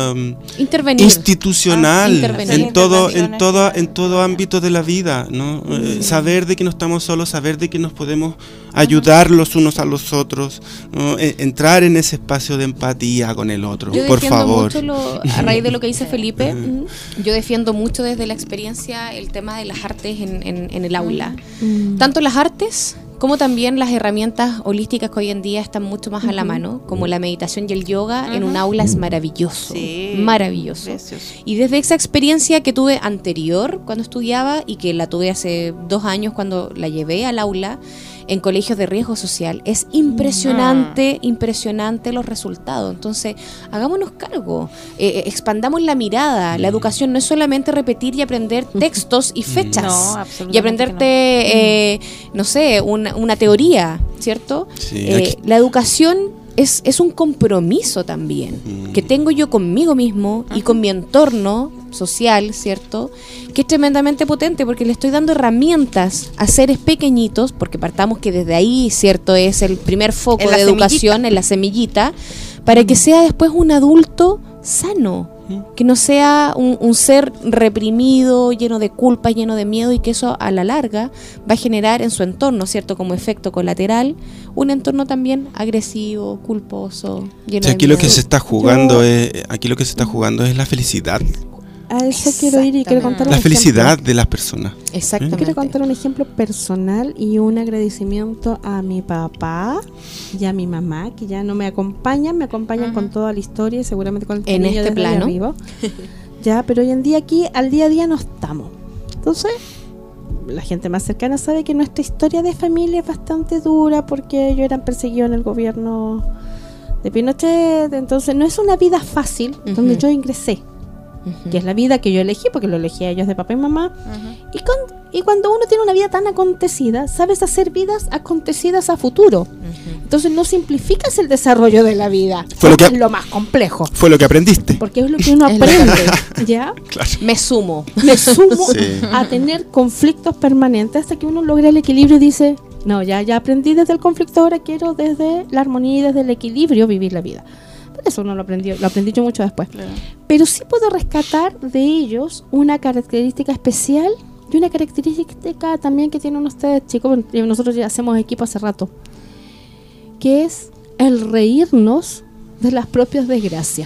S5: institucional, en todo ámbito de la vida, ¿no? Saber de que no estamos solos, saber de que nos podemos ayudar los unos a los otros, ¿no? Entrar en ese espacio de empatía con el otro,
S6: yo
S5: por favor.
S6: Mucho a raíz de lo que dice Felipe, yo defiendo mucho desde la experiencia el tema de las artes en el aula. Tanto las artes como también las herramientas holísticas que hoy en día están mucho más a la mano, como la meditación y el yoga en un aula es maravilloso, maravilloso. Precioso. Y desde esa experiencia que tuve anterior cuando estudiaba y que la tuve hace 2 años cuando la llevé al aula en colegios de riesgo social, es impresionante los resultados. Entonces, hagámonos cargo, expandamos la mirada. La educación no es solamente repetir y aprender textos y fechas, y aprenderte, no sé, una teoría, ¿cierto?
S5: Sí,
S6: la educación es un compromiso también que tengo yo conmigo mismo y con mi entorno social, ¿cierto? Que es tremendamente potente porque le estoy dando herramientas a seres pequeñitos, porque partamos que desde ahí, ¿cierto? Es el primer foco de educación, en la semillita, para que sea después un adulto sano, que no sea un ser reprimido, lleno de culpas, lleno de miedo, y que eso a la larga va a generar en su entorno, ¿cierto? Como efecto colateral, un entorno también agresivo, culposo, lleno de
S5: aquí
S6: miedo.
S5: lo que se está jugando es la felicidad.
S4: A eso quiero ir y quiero contar
S5: la felicidad de las personas.
S6: Exactamente.
S4: Quiero contar un ejemplo personal y un agradecimiento a mi papá y a mi mamá, que ya no me acompañan con toda la historia y seguramente con el
S6: en este plano
S4: arriba. Ya, pero hoy en día aquí al día a día no estamos. Entonces, la gente más cercana sabe que nuestra historia de familia es bastante dura porque ellos eran perseguidos en el gobierno de Pinochet. Entonces, no es una vida fácil donde yo ingresé. que es la vida que yo elegí, porque lo elegí a ellos de papá y mamá. Y cuando uno tiene una vida tan acontecida, sabes hacer vidas acontecidas a futuro. Entonces no simplificas el desarrollo de la vida, es lo más complejo.
S5: Fue lo que aprendiste.
S4: Porque es lo que uno aprende, ¿ya?
S5: Claro.
S6: Me sumo
S5: Sí.
S4: a tener conflictos permanentes hasta que uno logra el equilibrio y dice, no, ya aprendí desde el conflicto, ahora quiero desde la armonía y desde el equilibrio vivir la vida. Pero eso no lo aprendí yo mucho después.
S3: Claro.
S4: Pero sí puedo rescatar de ellos una característica especial y una característica también que tienen ustedes, chicos, nosotros ya hacemos equipo hace rato, que es el reírnos de las propias desgracias.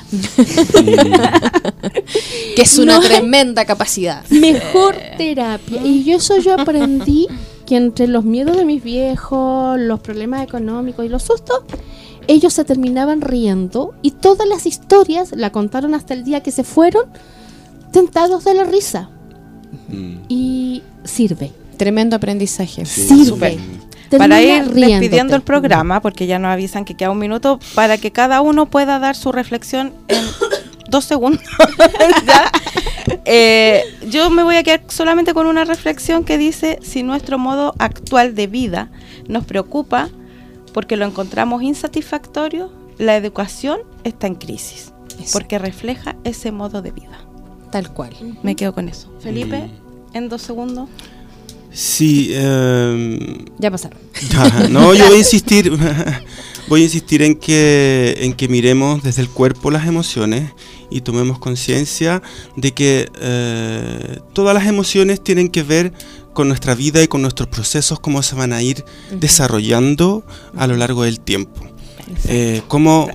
S6: que es una tremenda capacidad.
S4: Mejor terapia. Y eso yo aprendí que entre los miedos de mis viejos, los problemas económicos y los sustos, ellos se terminaban riendo y todas las historias la contaron hasta el día que se fueron tentados de la risa. Y sirve.
S6: Tremendo aprendizaje.
S4: Sirve.
S3: Para ir
S4: riéndote.
S3: despidiendo el programa, porque ya nos avisan que queda un minuto, para que cada uno pueda dar su reflexión en 2 segundos. ¿Ya? Yo me voy a quedar solamente con una reflexión que dice: si nuestro modo actual de vida nos preocupa porque lo encontramos insatisfactorio, la educación está en crisis.
S6: Eso.
S3: Porque refleja ese modo de vida.
S6: Tal cual.
S3: Me quedo con eso. Felipe, en 2 segundos.
S5: Sí,
S6: Ya pasaron.
S5: no, yo voy a insistir en que miremos desde el cuerpo las emociones y tomemos conciencia de que todas las emociones tienen que ver con nuestra vida y con nuestros procesos, cómo se van a ir desarrollando a lo largo del tiempo. Cómo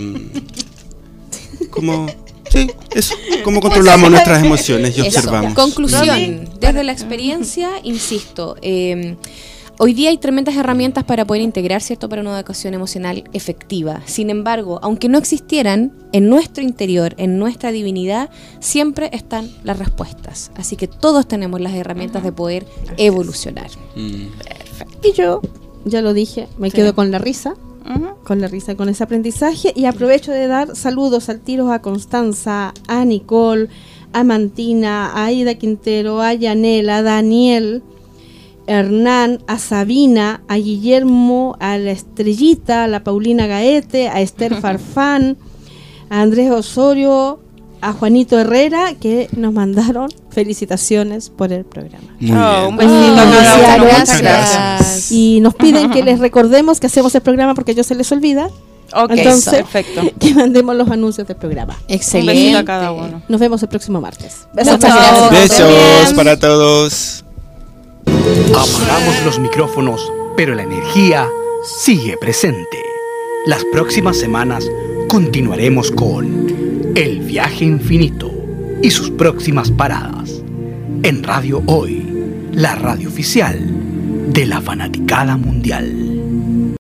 S5: controlamos nuestras emociones y
S6: Eso.
S5: observamos.
S6: Conclusión, desde la experiencia, insisto, hoy día hay tremendas herramientas para poder integrar, ¿cierto?, para una educación emocional efectiva. Sin embargo, aunque no existieran, en nuestro interior, en nuestra divinidad, siempre están las respuestas. Así que todos tenemos las herramientas de poder evolucionar.
S4: Y yo, ya lo dije, me quedo con la risa. Con la risa, con ese aprendizaje, y aprovecho de dar saludos al tiro a Constanza, a Nicole, a Mantina, a Aida Quintero, a Yanel, a Daniel, Hernán, a Sabina, a Guillermo, a la Estrellita, a la Paulina Gaete, a Esther Farfán, a Andrés Osorio, a Juanito Herrera, que nos mandaron felicitaciones por el programa.
S5: Muy bien.
S3: Un besito a cada uno.
S5: Muchas gracias.
S4: Y nos piden que les recordemos que hacemos el programa porque a ellos se les olvida.
S3: Ok,
S4: Entonces,
S3: perfecto.
S4: que mandemos los anuncios del programa.
S3: Un besito
S6: Excelente.
S3: a cada uno.
S4: Nos vemos el próximo martes.
S3: Muchas
S4: Besos.
S3: gracias.
S5: Besos para todos.
S2: Apagamos los micrófonos, pero la energía sigue presente. Las próximas semanas continuaremos con El Viaje Infinito y sus próximas paradas. En Radio Hoy, la radio oficial de la fanaticada mundial.